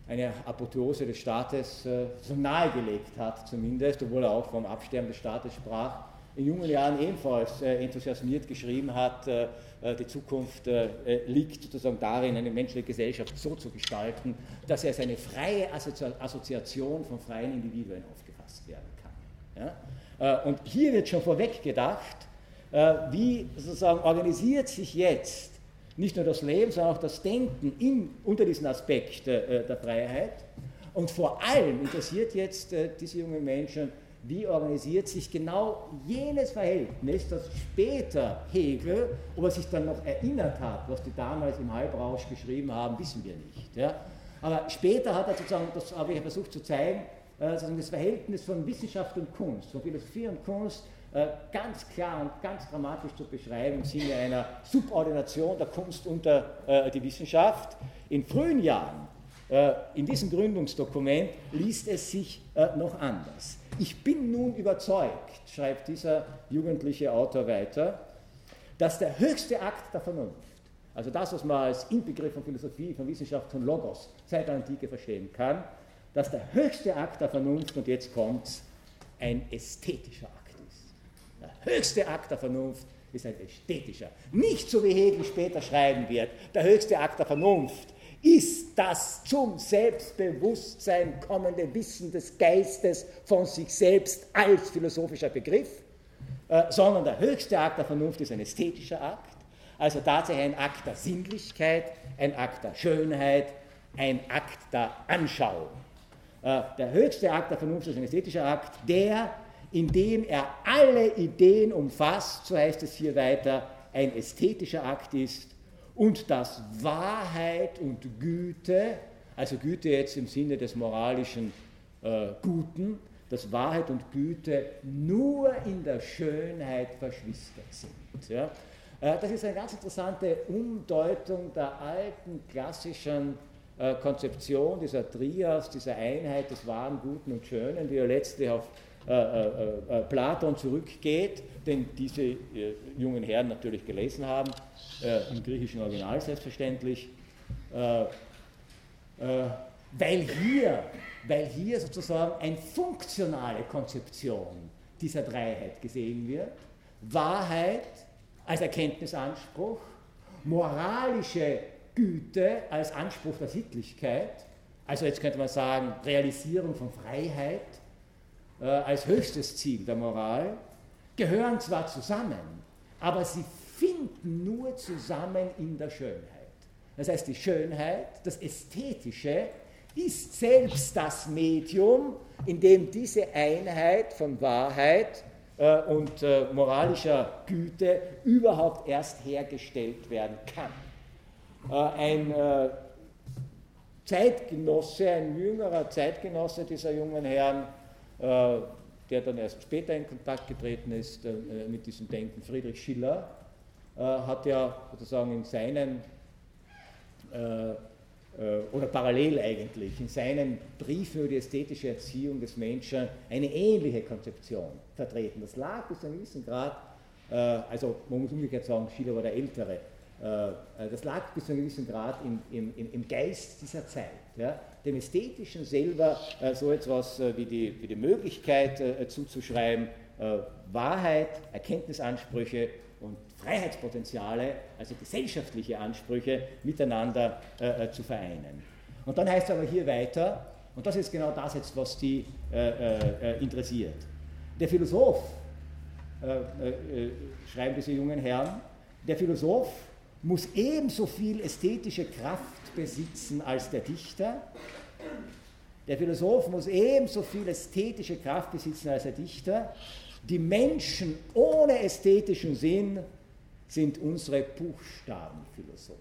eine Apotheose des Staates äh, so nahegelegt hat, zumindest, obwohl er auch vom Absterben des Staates sprach, in jungen Jahren ebenfalls äh, enthusiasmiert geschrieben hat, äh, die Zukunft äh, liegt sozusagen darin, eine menschliche Gesellschaft so zu gestalten, dass er als eine freie Assozi- Assoziation von freien Individuen aufgefasst werden kann. Ja? Äh, und hier wird schon vorweg gedacht, äh, wie sozusagen organisiert sich jetzt nicht nur das Leben, sondern auch das Denken in, unter diesen Aspekt äh, der Freiheit. Und vor allem interessiert jetzt äh, diese jungen Menschen, wie organisiert sich genau jenes Verhältnis, das später Hegel, ob er sich dann noch erinnert hat, was die damals im Halbrausch geschrieben haben, wissen wir nicht. Ja? Aber später hat er sozusagen, das habe ich versucht zu zeigen, äh, sozusagen das Verhältnis von Wissenschaft und Kunst, von Philosophie und Kunst, äh, ganz klar und ganz dramatisch zu beschreiben im Sinne einer Subordination der Kunst unter äh, die Wissenschaft. In frühen Jahren, äh, in diesem Gründungsdokument, liest es sich äh, noch anders. Ich bin nun überzeugt, schreibt dieser jugendliche Autor weiter, dass der höchste Akt der Vernunft, also das, was man als Inbegriff von Philosophie, von Wissenschaft, von Logos seit der Antike verstehen kann, dass der höchste Akt der Vernunft, und jetzt kommt's, ein ästhetischer Akt ist. Der höchste Akt der Vernunft ist ein ästhetischer. Nicht so wie Hegel später schreiben wird, der höchste Akt der Vernunft ist das zum Selbstbewusstsein kommende Wissen des Geistes von sich selbst als philosophischer Begriff, äh, sondern der höchste Akt der Vernunft ist ein ästhetischer Akt, also tatsächlich ein Akt der Sinnlichkeit, ein Akt der Schönheit, ein Akt der Anschauung. Äh, der höchste Akt der Vernunft ist ein ästhetischer Akt, der, indem er alle Ideen umfasst, so heißt es hier weiter, ein ästhetischer Akt ist, und dass Wahrheit und Güte, also Güte jetzt im Sinne des moralischen äh, Guten, dass Wahrheit und Güte nur in der Schönheit verschwistert sind. Ja? Äh, das ist eine ganz interessante Umdeutung der alten klassischen äh, Konzeption dieser Trias, dieser Einheit des Wahren, Guten und Schönen, die ja letztlich auf äh, äh, äh, Platon zurückgeht, den diese äh, jungen Herren natürlich gelesen haben, äh, im griechischen Original selbstverständlich, äh, äh, weil, hier, weil hier sozusagen eine funktionale Konzeption dieser Dreiheit gesehen wird. Wahrheit als Erkenntnisanspruch, moralische Güte als Anspruch der Sittlichkeit, also jetzt könnte man sagen Realisierung von Freiheit äh, als höchstes Ziel der Moral, gehören zwar zusammen, aber sie finden nur zusammen in der Schönheit. Das heißt, die Schönheit, das Ästhetische, ist selbst das Medium, in dem diese Einheit von Wahrheit äh, und äh, moralischer Güte überhaupt erst hergestellt werden kann. Äh, ein äh, Zeitgenosse, ein jüngerer Zeitgenosse dieser jungen Herren, äh, der dann erst später in Kontakt getreten ist äh, mit diesem Denken, Friedrich Schiller, äh, hat ja sozusagen in seinen, äh, äh, oder parallel eigentlich, in seinen Briefen über die ästhetische Erziehung des Menschen eine ähnliche Konzeption vertreten. Das lag bis zu einem gewissen Grad, äh, also man muss umgekehrt sagen, Schiller war der Ältere, äh, das lag bis zu einem gewissen Grad im, im, im Geist dieser Zeit. Ja? Dem Ästhetischen selber äh, so etwas äh, wie, die, wie die Möglichkeit äh, zuzuschreiben, äh, Wahrheit, Erkenntnisansprüche und Freiheitspotenziale, also gesellschaftliche Ansprüche, miteinander äh, zu vereinen. Und dann heißt es aber hier weiter, und das ist genau das jetzt, was die äh, äh, interessiert. Der Philosoph, äh, äh, schreiben diese jungen Herren, der Philosoph muss ebenso viel ästhetische Kraft besitzen als der Dichter. Der Philosoph muss ebenso viel ästhetische Kraft besitzen als der Dichter. Die Menschen ohne ästhetischen Sinn sind unsere Buchstabenphilosophen.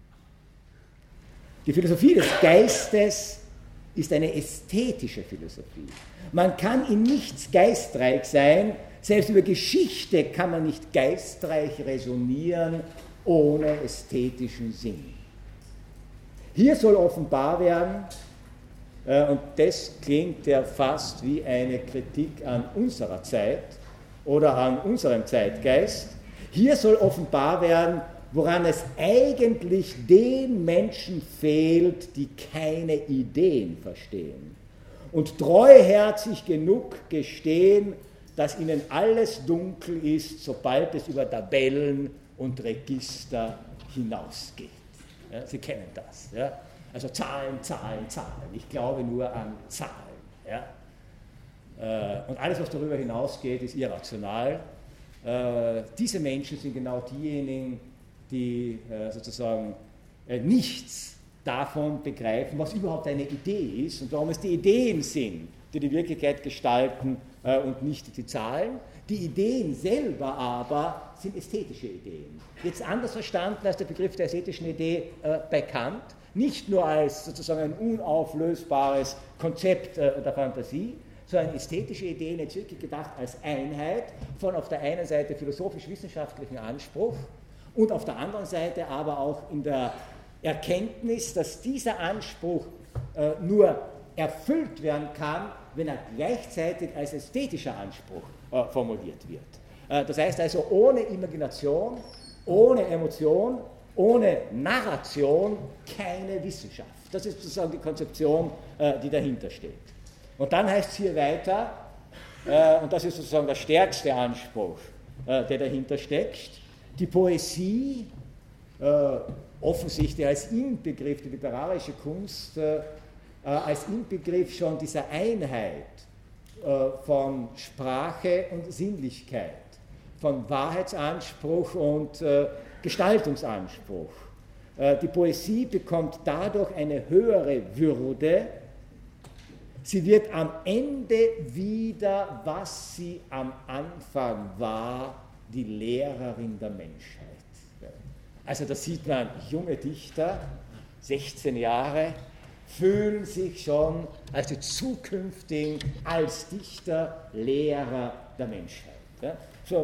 Die Philosophie des Geistes ist eine ästhetische Philosophie. Man kann in nichts geistreich sein, selbst über Geschichte kann man nicht geistreich resonieren ohne ästhetischen Sinn. Hier soll offenbar werden, äh, und das klingt ja fast wie eine Kritik an unserer Zeit oder an unserem Zeitgeist, hier soll offenbar werden, woran es eigentlich den Menschen fehlt, die keine Ideen verstehen und treuherzig genug gestehen, dass ihnen alles dunkel ist, sobald es über Tabellen und Register hinausgeht. Ja, Sie kennen das. Ja? Also Zahlen, Zahlen, Zahlen. Ich glaube nur an Zahlen. Ja? Und alles, was darüber hinausgeht, ist irrational. Diese Menschen sind genau diejenigen, die sozusagen nichts davon begreifen, was überhaupt eine Idee ist und warum es die Ideen sind, die die Wirklichkeit gestalten und nicht die Zahlen. Die Ideen selber aber sind ästhetische Ideen. Jetzt anders verstanden als der Begriff der ästhetischen Idee äh, bei Kant, nicht nur als sozusagen ein unauflösbares Konzept äh, der Fantasie, sondern ästhetische Ideen jetzt wirklich gedacht als Einheit von auf der einen Seite philosophisch-wissenschaftlichen Anspruch und auf der anderen Seite aber auch in der Erkenntnis, dass dieser Anspruch äh, nur erfüllt werden kann, wenn er gleichzeitig als ästhetischer Anspruch äh, formuliert wird. Äh, das heißt also ohne Imagination, ohne Emotion, ohne Narration keine Wissenschaft. Das ist sozusagen die Konzeption, äh, die dahinter steht. Und dann heißt es hier weiter, äh, und das ist sozusagen der stärkste Anspruch, äh, der dahinter steckt, die Poesie, äh, offensichtlich als Inbegriff, die literarische Kunst, äh, als Inbegriff schon dieser Einheit äh, von Sprache und Sinnlichkeit, von Wahrheitsanspruch und äh, Gestaltungsanspruch. Äh, die Poesie bekommt dadurch eine höhere Würde. Sie wird am Ende wieder, was sie am Anfang war, die Lehrerin der Menschheit. Also da sieht man junge Dichter, sechzehn Jahre, fühlen sich schon als die zukünftigen, als Dichter, Lehrer der Menschheit. Ja? So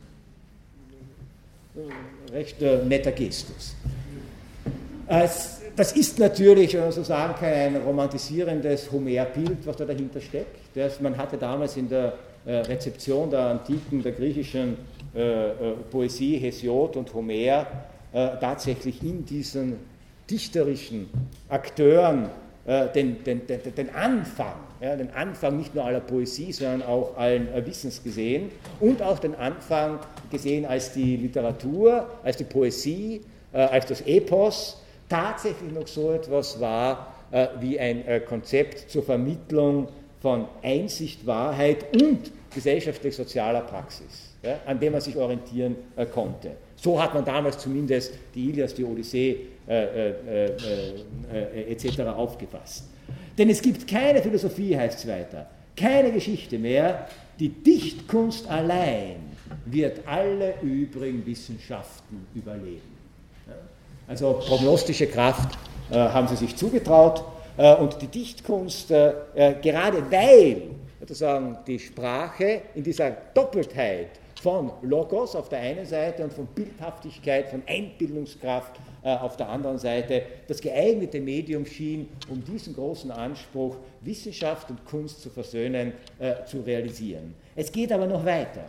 ein recht äh, netter Gestus. Äh, das ist natürlich, wenn man so sagen kann, ein romantisierendes Homer-Bild, was da dahinter steckt. Das, man hatte damals in der äh, Rezeption der antiken, der griechischen äh, äh, Poesie Hesiod und Homer äh, tatsächlich in diesen dichterischen Akteuren äh, den, den, den, den Anfang, ja, den Anfang nicht nur aller Poesie, sondern auch allen äh, Wissens gesehen und auch den Anfang gesehen als die Literatur, als die Poesie, äh, als das Epos tatsächlich noch so etwas war äh, wie ein äh, Konzept zur Vermittlung von Einsicht, Wahrheit und gesellschaftlich-sozialer Praxis, ja, an dem man sich orientieren äh, konnte. So hat man damals zumindest die Ilias, die Odyssee äh, äh, äh, äh, et cetera aufgefasst. Denn es gibt keine Philosophie, heißt es weiter, keine Geschichte mehr, die Dichtkunst allein wird alle übrigen Wissenschaften überleben. Ja. Also prognostische Kraft äh, haben sie sich zugetraut äh, und die Dichtkunst, äh, äh, gerade weil sozusagen die Sprache in dieser Doppeltheit von Logos auf der einen Seite und von Bildhaftigkeit, von Einbildungskraft äh, auf der anderen Seite das geeignete Medium schien, um diesen großen Anspruch, Wissenschaft und Kunst zu versöhnen, äh, zu realisieren. Es geht aber noch weiter.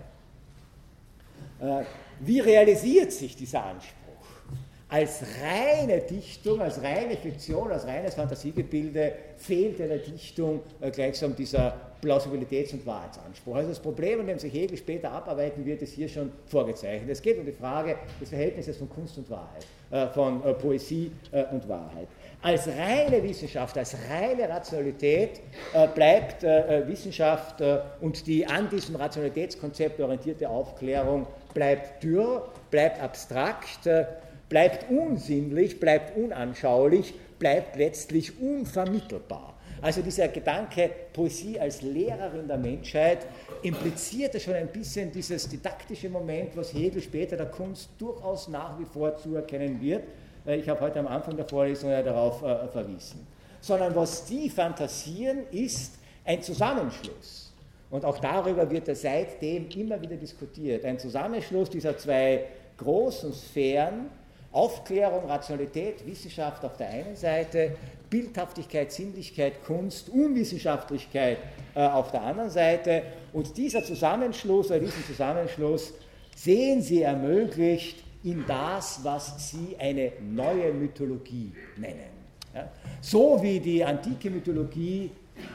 Äh, wie realisiert sich dieser Anspruch? Als reine Dichtung, als reine Fiktion, als reines Fantasiegebilde fehlt in der Dichtung äh, gleichsam dieser Plausibilitäts- und Wahrheitsanspruch. Also das Problem, an dem sich Hegel später abarbeiten wird, ist hier schon vorgezeichnet. Es geht um die Frage des Verhältnisses von Kunst und Wahrheit, äh, von äh, Poesie äh, und Wahrheit. Als reine Wissenschaft, als reine Rationalität äh, bleibt äh, Wissenschaft äh, und die an diesem Rationalitätskonzept orientierte Aufklärung bleibt dürr, bleibt abstrakt, äh, bleibt unsinnlich, bleibt unanschaulich, bleibt letztlich unvermittelbar. Also dieser Gedanke, Poesie als Lehrerin der Menschheit, impliziert schon ein bisschen dieses didaktische Moment, was Hegel später der Kunst durchaus nach wie vor zuerkennen wird. Ich habe heute am Anfang der Vorlesung ja darauf äh, verwiesen. Sondern was die fantasieren, ist ein Zusammenschluss. Und auch darüber wird er seitdem immer wieder diskutiert. Ein Zusammenschluss dieser zwei großen Sphären, Aufklärung, Rationalität, Wissenschaft auf der einen Seite, Bildhaftigkeit, Sinnlichkeit, Kunst, Unwissenschaftlichkeit äh, auf der anderen Seite. Und dieser Zusammenschluss, oder diesen Zusammenschluss sehen Sie ermöglicht in das, was sie eine neue Mythologie nennen. Ja? So wie die antike Mythologie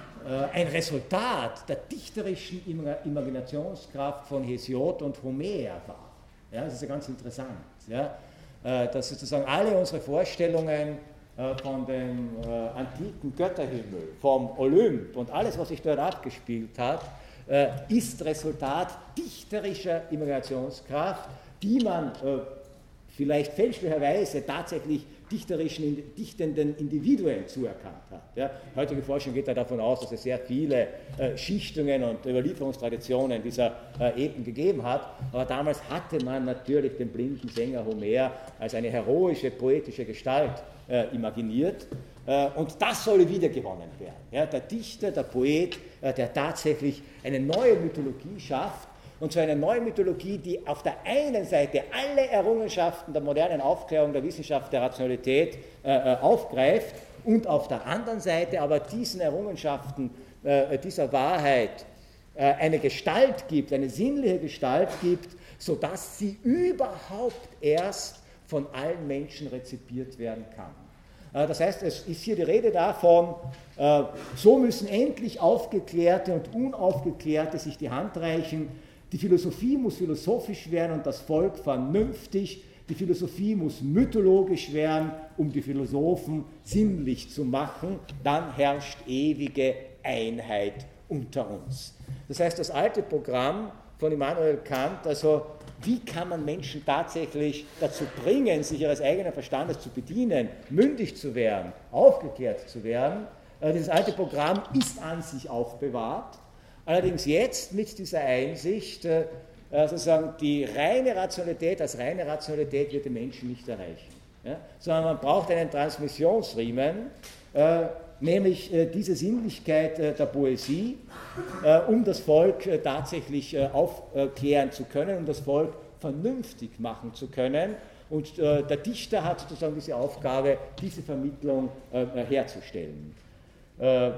äh, ein Resultat der dichterischen Imaginationskraft von Hesiod und Homer war. Ja, das ist ja ganz interessant, ja? äh, dass sozusagen alle unsere Vorstellungen äh, von dem äh, antiken Götterhimmel, vom Olymp und alles, was sich dort abgespielt hat, äh, ist Resultat dichterischer Imaginationskraft, die man äh, vielleicht fälschlicherweise tatsächlich dichterischen, dichtenden Individuen zuerkannt hat. Ja. Heutige Forschung geht ja davon aus, dass es sehr viele äh, Schichtungen und Überlieferungstraditionen dieser äh, Epen gegeben hat, aber damals hatte man natürlich den blinden Sänger Homer als eine heroische, poetische Gestalt äh, imaginiert, äh, und das soll wiedergewonnen werden. Ja. Der Dichter, der Poet, äh, der tatsächlich eine neue Mythologie schafft, und zwar eine neue Mythologie, die auf der einen Seite alle Errungenschaften der modernen Aufklärung, der Wissenschaft, der Rationalität äh, aufgreift und auf der anderen Seite aber diesen Errungenschaften, äh, dieser Wahrheit äh, eine Gestalt gibt, eine sinnliche Gestalt gibt, sodass sie überhaupt erst von allen Menschen rezipiert werden kann. Äh, das heißt, es ist hier die Rede davon, äh, so müssen endlich Aufgeklärte und Unaufgeklärte sich die Hand reichen. Die Philosophie muss philosophisch werden und das Volk vernünftig. Die Philosophie muss mythologisch werden, um die Philosophen sinnlich zu machen. Dann herrscht ewige Einheit unter uns. Das heißt, das alte Programm von Immanuel Kant, also wie kann man Menschen tatsächlich dazu bringen, sich ihres eigenen Verstandes zu bedienen, mündig zu werden, aufgeklärt zu werden, dieses alte Programm ist an sich aufbewahrt. Allerdings jetzt mit dieser Einsicht, äh, sozusagen die reine Rationalität als reine Rationalität wird den Menschen nicht erreichen. Ja? Sondern man braucht einen Transmissionsriemen, äh, nämlich äh, diese Sinnlichkeit äh, der Poesie, äh, um das Volk äh, tatsächlich äh, aufklären zu können, um das Volk vernünftig machen zu können. Und äh, der Dichter hat sozusagen diese Aufgabe, diese Vermittlung äh, herzustellen. Äh, äh,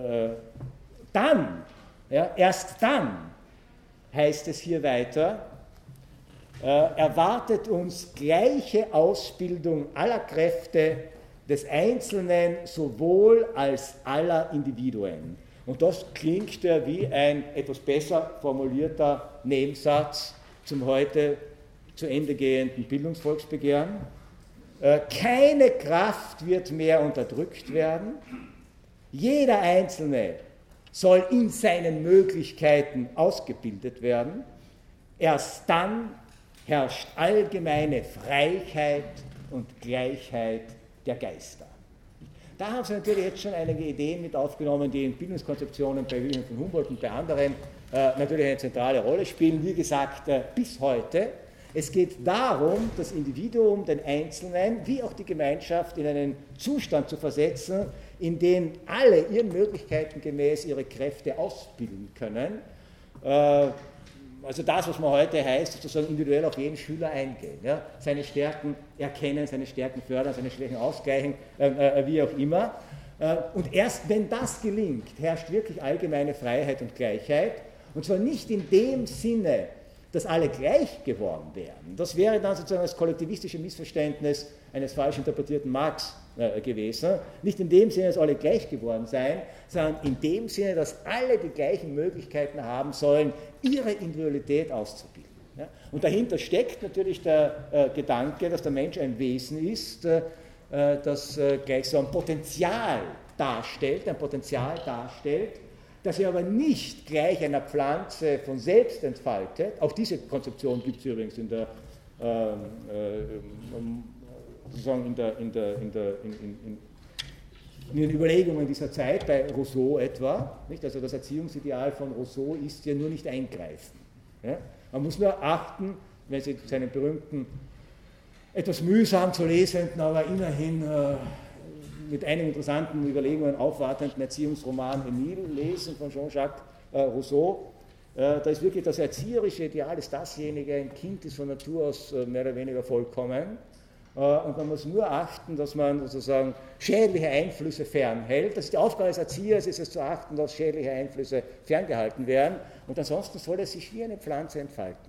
dann Ja, erst dann, heißt es hier weiter, äh, erwartet uns gleiche Ausbildung aller Kräfte des Einzelnen sowohl als aller Individuen. Und das klingt ja wie ein etwas besser formulierter Nebensatz zum heute zu Ende gehenden Bildungsvolksbegehren. Äh, keine Kraft wird mehr unterdrückt werden. Jeder Einzelne soll in seinen Möglichkeiten ausgebildet werden. Erst dann herrscht allgemeine Freiheit und Gleichheit der Geister. Da haben Sie natürlich jetzt schon einige Ideen mit aufgenommen, die in Bildungskonzeptionen bei Wilhelm von Humboldt und bei anderen äh, natürlich eine zentrale Rolle spielen. Wie gesagt, äh, bis heute. Es geht darum, das Individuum, den Einzelnen, wie auch die Gemeinschaft in einen Zustand zu versetzen, in dem alle ihren Möglichkeiten gemäß ihre Kräfte ausbilden können. Also das, was man heute heißt, sozusagen individuell auf jeden Schüler eingehen. Ja? Seine Stärken erkennen, seine Stärken fördern, seine Schwächen ausgleichen, äh, wie auch immer. Und erst wenn das gelingt, herrscht wirklich allgemeine Freiheit und Gleichheit. Und zwar nicht in dem Sinne, dass alle gleich geworden wären. Das wäre dann sozusagen das kollektivistische Missverständnis eines falsch interpretierten Marx äh, gewesen. Nicht in dem Sinne, dass alle gleich geworden seien, sondern in dem Sinne, dass alle die gleichen Möglichkeiten haben sollen, ihre Individualität auszubilden. Ja? Und dahinter steckt natürlich der äh, Gedanke, dass der Mensch ein Wesen ist, äh, das äh, gleich so ein Potenzial darstellt, ein Potenzial darstellt, das sich aber nicht gleich einer Pflanze von selbst entfaltet. Auch diese Konzeption gibt es übrigens in der, äh, äh, sozusagen in, der, in, der, in, der, in, in, in den Überlegungen dieser Zeit, bei Rousseau etwa. Nicht? Also das Erziehungsideal von Rousseau ist ja nur nicht eingreifen. Ja? Man muss nur achten, wenn Sie seinen berühmten, etwas mühsam zu lesenden, aber immerhin äh, mit einigen interessanten Überlegungen aufwartenden Erziehungsroman Emile lesen von Jean-Jacques äh, Rousseau. Äh, da ist wirklich das erzieherische Ideal, ist dasjenige, ein Kind ist von Natur aus äh, mehr oder weniger vollkommen. Äh, und man muss nur achten, dass man sozusagen schädliche Einflüsse fernhält. Das ist die Aufgabe des Erziehers, ist es zu achten, dass schädliche Einflüsse ferngehalten werden. Und ansonsten soll er sich wie eine Pflanze entfalten können.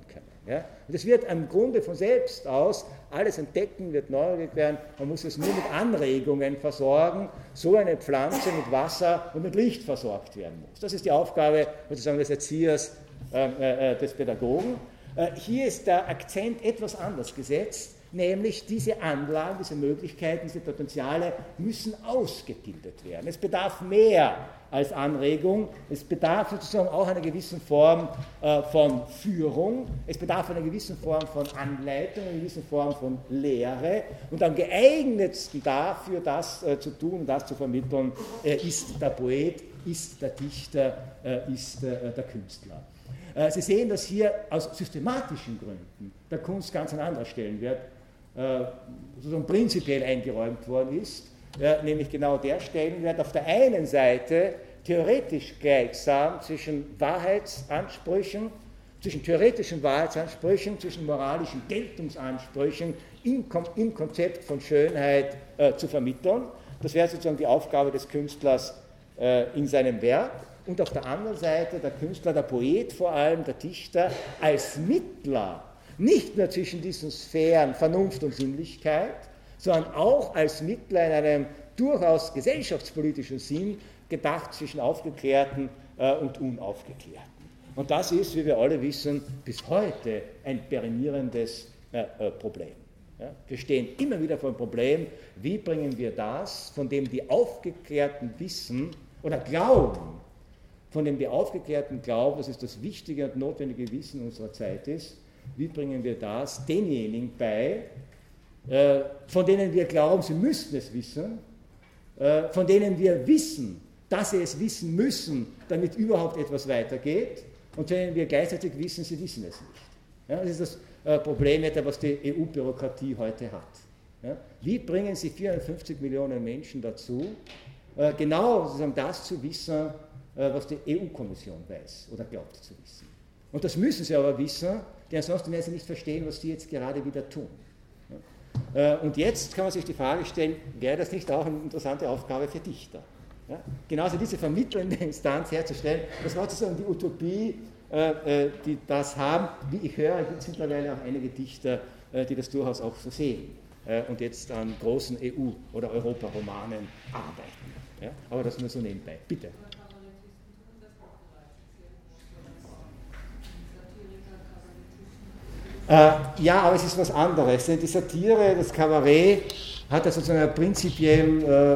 Ja? Und es wird im Grunde von selbst aus alles entdecken, wird neugierig werden, man muss es nur mit Anregungen versorgen, so eine Pflanze mit Wasser und mit Licht versorgt werden muss. Das ist die Aufgabe sozusagen des Erziehers, äh, äh, des Pädagogen. Äh, hier ist der Akzent etwas anders gesetzt, nämlich diese Anlagen, diese Möglichkeiten, diese Potenziale müssen ausgebildet werden. Es bedarf mehr als Anregung, es bedarf sozusagen auch einer gewissen Form äh, von Führung, es bedarf einer gewissen Form von Anleitung, einer gewissen Form von Lehre und am geeignetsten dafür, das äh, zu tun und das zu vermitteln, äh, ist der Poet, ist der Dichter, äh, ist äh, der Künstler. Äh, Sie sehen, dass hier aus systematischen Gründen der Kunst ganz an anderer Stellenwert sozusagen prinzipiell eingeräumt worden ist, ja, nämlich genau der Stellenwert auf der einen Seite theoretisch gleichsam zwischen Wahrheitsansprüchen, zwischen theoretischen Wahrheitsansprüchen, zwischen moralischen Geltungsansprüchen im, im Konzept von Schönheit äh, zu vermitteln. Das wäre sozusagen die Aufgabe des Künstlers äh, in seinem Werk. Und auf der anderen Seite der Künstler, der Poet vor allem, der Dichter als Mittler, nicht nur zwischen diesen Sphären Vernunft und Sinnlichkeit, sondern auch als Mittler in einem durchaus gesellschaftspolitischen Sinn gedacht zwischen Aufgeklärten äh, und Unaufgeklärten. Und das ist, wie wir alle wissen, bis heute ein perinierendes äh, äh, Problem. Ja? Wir stehen immer wieder vor dem Problem, wie bringen wir das, von dem die Aufgeklärten wissen oder glauben, von dem die Aufgeklärten glauben, dass es das wichtige und notwendige Wissen unserer Zeit ist, wie bringen wir das denjenigen bei, äh, von denen wir glauben, sie müssten es wissen, äh, von denen wir wissen, dass sie es wissen müssen, damit überhaupt etwas weitergeht, und von denen wir gleichzeitig wissen, sie wissen es nicht. Ja, das ist das äh, Problem, was die E U-Bürokratie heute hat. Ja, wie bringen Sie vierhundertfünfzig Millionen Menschen dazu, äh, genau sozusagen das zu wissen, äh, was die E U-Kommission weiß oder glaubt zu wissen? Und das müssen sie aber wissen, denn ansonsten werden sie nicht verstehen, was sie jetzt gerade wieder tun. Ja. Und jetzt kann man sich die Frage stellen, wäre das nicht auch eine interessante Aufgabe für Dichter? Ja. Genauso diese vermittelnde Instanz herzustellen, das war sozusagen die Utopie, die das haben. Wie ich höre, gibt es mittlerweile auch einige Dichter, die das durchaus auch so sehen und jetzt an großen E U- oder Europaromanen arbeiten. Ja. Aber das nur so nebenbei. Bitte. Äh, ja, aber es ist was anderes. Denn die Satire, das Kabarett, hat ja sozusagen ein prinzipiell, äh, äh,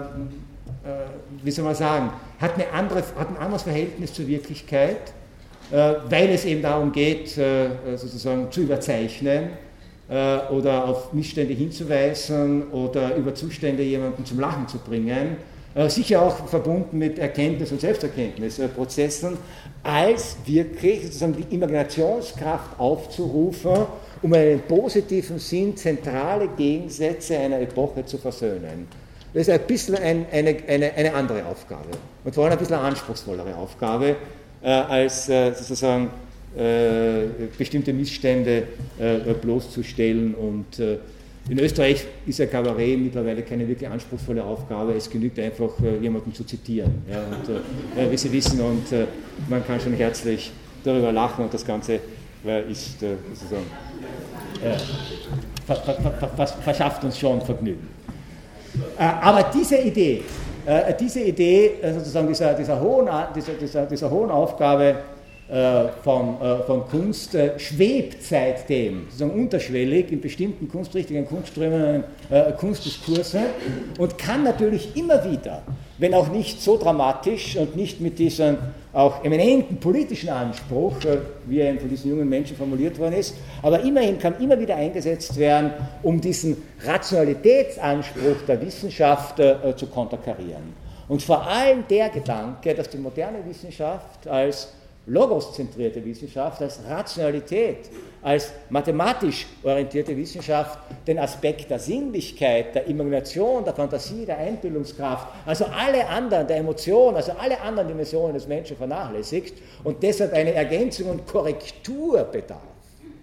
wie soll man sagen, hat, eine andere, hat ein anderes Verhältnis zur Wirklichkeit, äh, weil es eben darum geht, äh, sozusagen zu überzeichnen äh, oder auf Missstände hinzuweisen oder über Zustände jemanden zum Lachen zu bringen. Äh, sicher auch verbunden mit Erkenntnis- und Selbsterkenntnisprozessen, als wirklich sozusagen die Imaginationskraft aufzurufen, um in einem positiven Sinn zentrale Gegensätze einer Epoche zu versöhnen. Das ist ein bisschen ein, eine, eine, eine andere Aufgabe und vor allem ein bisschen eine anspruchsvollere Aufgabe, äh, als äh, sozusagen äh, bestimmte Missstände äh, bloßzustellen. Und äh, in Österreich ist ein Kabarett mittlerweile keine wirklich anspruchsvolle Aufgabe, es genügt einfach, äh, jemanden zu zitieren. Ja, und, äh, wie Sie wissen, und äh, man kann schon herzlich darüber lachen und das Ganze äh, ist äh, sozusagen, äh, ver, ver, ver, verschafft uns schon Vergnügen. Äh, aber diese Idee, äh, diese Idee äh, sozusagen dieser, dieser, hohen, dieser, dieser, dieser hohen Aufgabe äh, von, äh, von Kunst äh, schwebt seitdem sozusagen unterschwellig in bestimmten Kunstrichtungen, Kunstströmungen, äh, Kunstdiskurse und kann natürlich immer wieder, wenn auch nicht so dramatisch und nicht mit diesem auch eminenten politischen Anspruch, äh, wie er von diesen jungen Menschen formuliert worden ist, aber immerhin kann immer wieder eingesetzt werden, um diesen Rationalitätsanspruch der Wissenschaft äh, zu konterkarieren. Und vor allem der Gedanke, dass die moderne Wissenschaft als logoszentrierte Wissenschaft, als Rationalität, als mathematisch orientierte Wissenschaft den Aspekt der Sinnlichkeit, der Imagination, der Fantasie, der Einbildungskraft, also alle anderen, der Emotion, also alle anderen Dimensionen des Menschen vernachlässigt und deshalb eine Ergänzung und Korrektur bedarf.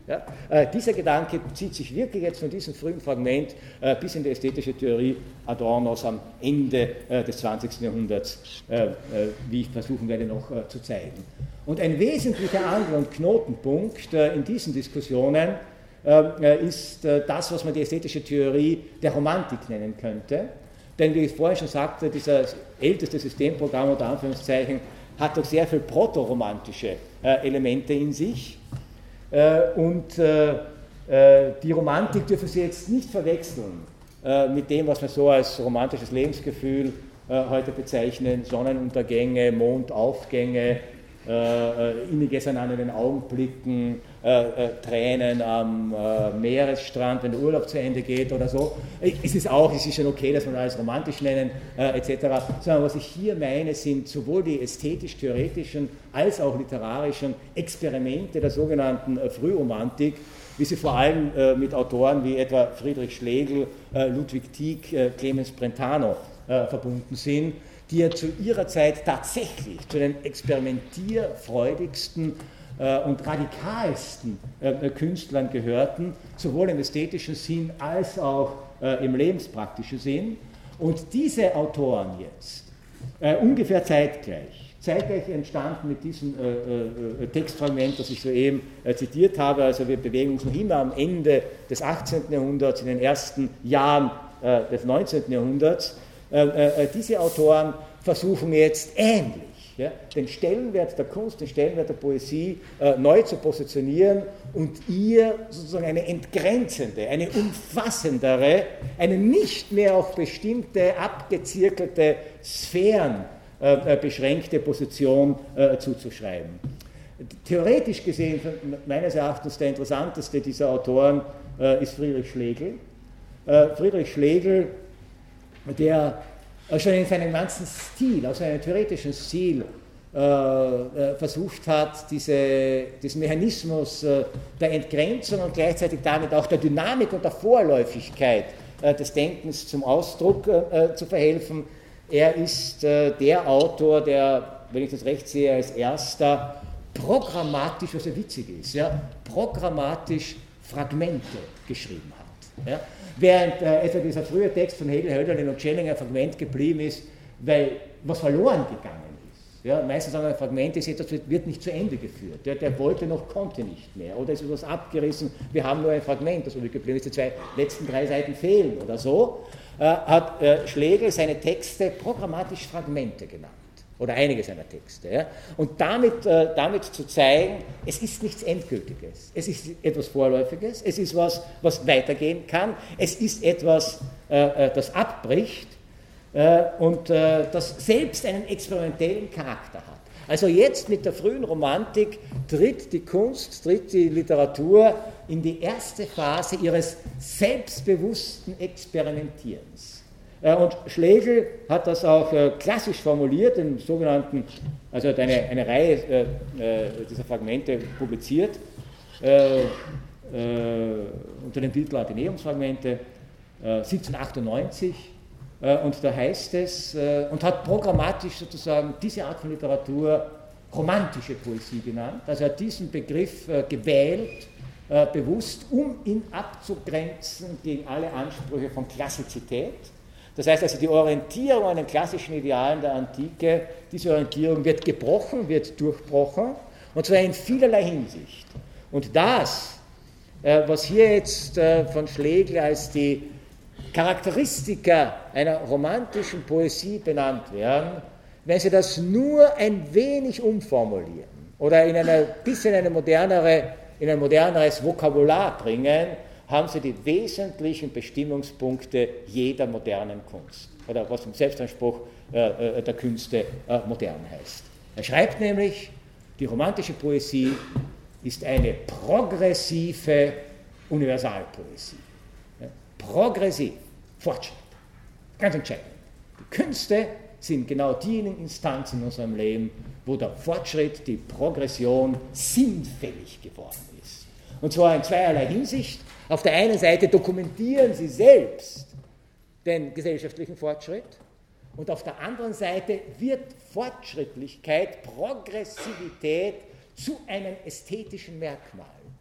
Ja? Äh, dieser Gedanke zieht sich wirklich jetzt von diesem frühen Fragment äh, bis in die ästhetische Theorie Adornos am Ende äh, des zwanzigsten Jahrhunderts, äh, äh, wie ich versuchen werde noch äh, zu zeigen. Und ein wesentlicher Anker und Knotenpunkt äh, in diesen Diskussionen äh, ist äh, das, was man die ästhetische Theorie der Romantik nennen könnte. Denn wie ich vorhin schon sagte, dieses älteste Systemprogramm unter Anführungszeichen hat doch sehr viel protoromantische äh, Elemente in sich. Äh, und äh, äh, die Romantik dürfen Sie jetzt nicht verwechseln äh, mit dem, was wir so als romantisches Lebensgefühl äh, heute bezeichnen: Sonnenuntergänge, Mondaufgänge, äh, inniges an den Augen blicken, äh, äh, Tränen am äh, Meeresstrand, wenn der Urlaub zu Ende geht oder so. Es ist auch, es ist schon okay, dass wir alles romantisch nennen, äh, et cetera. Sondern was ich hier meine, sind sowohl die ästhetisch-theoretischen als auch literarischen Experimente der sogenannten äh, Frühromantik, wie sie vor allem äh, mit Autoren wie etwa Friedrich Schlegel, äh, Ludwig Tieck, äh, Clemens Brentano äh, verbunden sind, die ja zu ihrer Zeit tatsächlich zu den experimentierfreudigsten äh, und radikalsten äh, Künstlern gehörten, sowohl im ästhetischen Sinn als auch äh, im lebenspraktischen Sinn. Und diese Autoren jetzt, äh, ungefähr zeitgleich, zeitgleich entstanden mit diesem äh, äh, Textfragment, das ich soeben äh, zitiert habe, also wir bewegen uns noch immer am Ende des achtzehnten Jahrhunderts, in den ersten Jahren äh, des neunzehnten Jahrhunderts. Äh, äh, diese Autoren versuchen jetzt ähnlich ja, den Stellenwert der Kunst, den Stellenwert der Poesie äh, neu zu positionieren und ihr sozusagen eine entgrenzende, eine umfassendere, eine nicht mehr auf bestimmte abgezirkelte Sphären äh, beschränkte Position äh, zuzuschreiben. Theoretisch gesehen, meines Erachtens der interessanteste dieser Autoren äh, ist Friedrich Schlegel. Äh, Friedrich Schlegel, der schon in seinem ganzen Stil, auch seinem theoretischen Stil, äh, äh, versucht hat, diese, diesen Mechanismus äh, der Entgrenzung und gleichzeitig damit auch der Dynamik und der Vorläufigkeit äh, des Denkens zum Ausdruck äh, zu verhelfen. Er ist äh, der Autor, der, wenn ich das recht sehe, als erster programmatisch, was ja witzig ist, ja, programmatisch Fragmente geschrieben hat. Ja. Während äh, etwa dieser frühe Text von Hegel, Hölderlin und Schelling ein Fragment geblieben ist, weil was verloren gegangen ist. Ja, meistens haben wir ein Fragment, das wird nicht zu Ende geführt. Der, der wollte noch, konnte nicht mehr. Oder es ist etwas abgerissen, wir haben nur ein Fragment, das übrig geblieben ist, die zwei letzten drei Seiten fehlen oder so, äh, hat äh, Schlegel seine Texte programmatisch Fragmente genannt. Oder einige seiner Texte. Ja? Und damit, äh, damit zu zeigen, es ist nichts Endgültiges, es ist etwas Vorläufiges, es ist was, was weitergehen kann, es ist etwas, äh, das abbricht äh, und äh, das selbst einen experimentellen Charakter hat. Also jetzt mit der frühen Romantik tritt die Kunst, tritt die Literatur in die erste Phase ihres selbstbewussten Experimentierens. Und Schlegel hat das auch äh, klassisch formuliert, im sogenannten, also hat eine, eine Reihe äh, äh, dieser Fragmente publiziert, äh, äh, unter dem Titel Athenäumsfragmente, äh, siebzehnhundertachtundneunzig, äh, und da heißt es, äh, und hat programmatisch sozusagen diese Art von Literatur romantische Poesie genannt, also er hat diesen Begriff äh, gewählt, äh, bewusst, um ihn abzugrenzen gegen alle Ansprüche von Klassizität. Das heißt also, die Orientierung an den klassischen Idealen der Antike, diese Orientierung wird gebrochen, wird durchbrochen, und zwar in vielerlei Hinsicht. Und das, äh, was hier jetzt äh, von Schlegel als die Charakteristika einer romantischen Poesie benannt werden, wenn Sie das nur ein wenig umformulieren oder in ein bisschen eine modernere, in ein moderneres Vokabular bringen, haben Sie die wesentlichen Bestimmungspunkte jeder modernen Kunst, oder was im Selbstanspruch äh, der Künste äh, modern heißt. Er schreibt nämlich, die romantische Poesie ist eine progressive Universalpoesie. Ja, progressiv, Fortschritt, ganz entscheidend. Die Künste sind genau diejenigen Instanzen in unserem Leben, wo der Fortschritt, die Progression sinnfällig geworden ist. Und zwar in zweierlei Hinsicht. Auf der einen Seite dokumentieren sie selbst den gesellschaftlichen Fortschritt und auf der anderen Seite wird Fortschrittlichkeit, Progressivität zu einem ästhetischen Merkmal.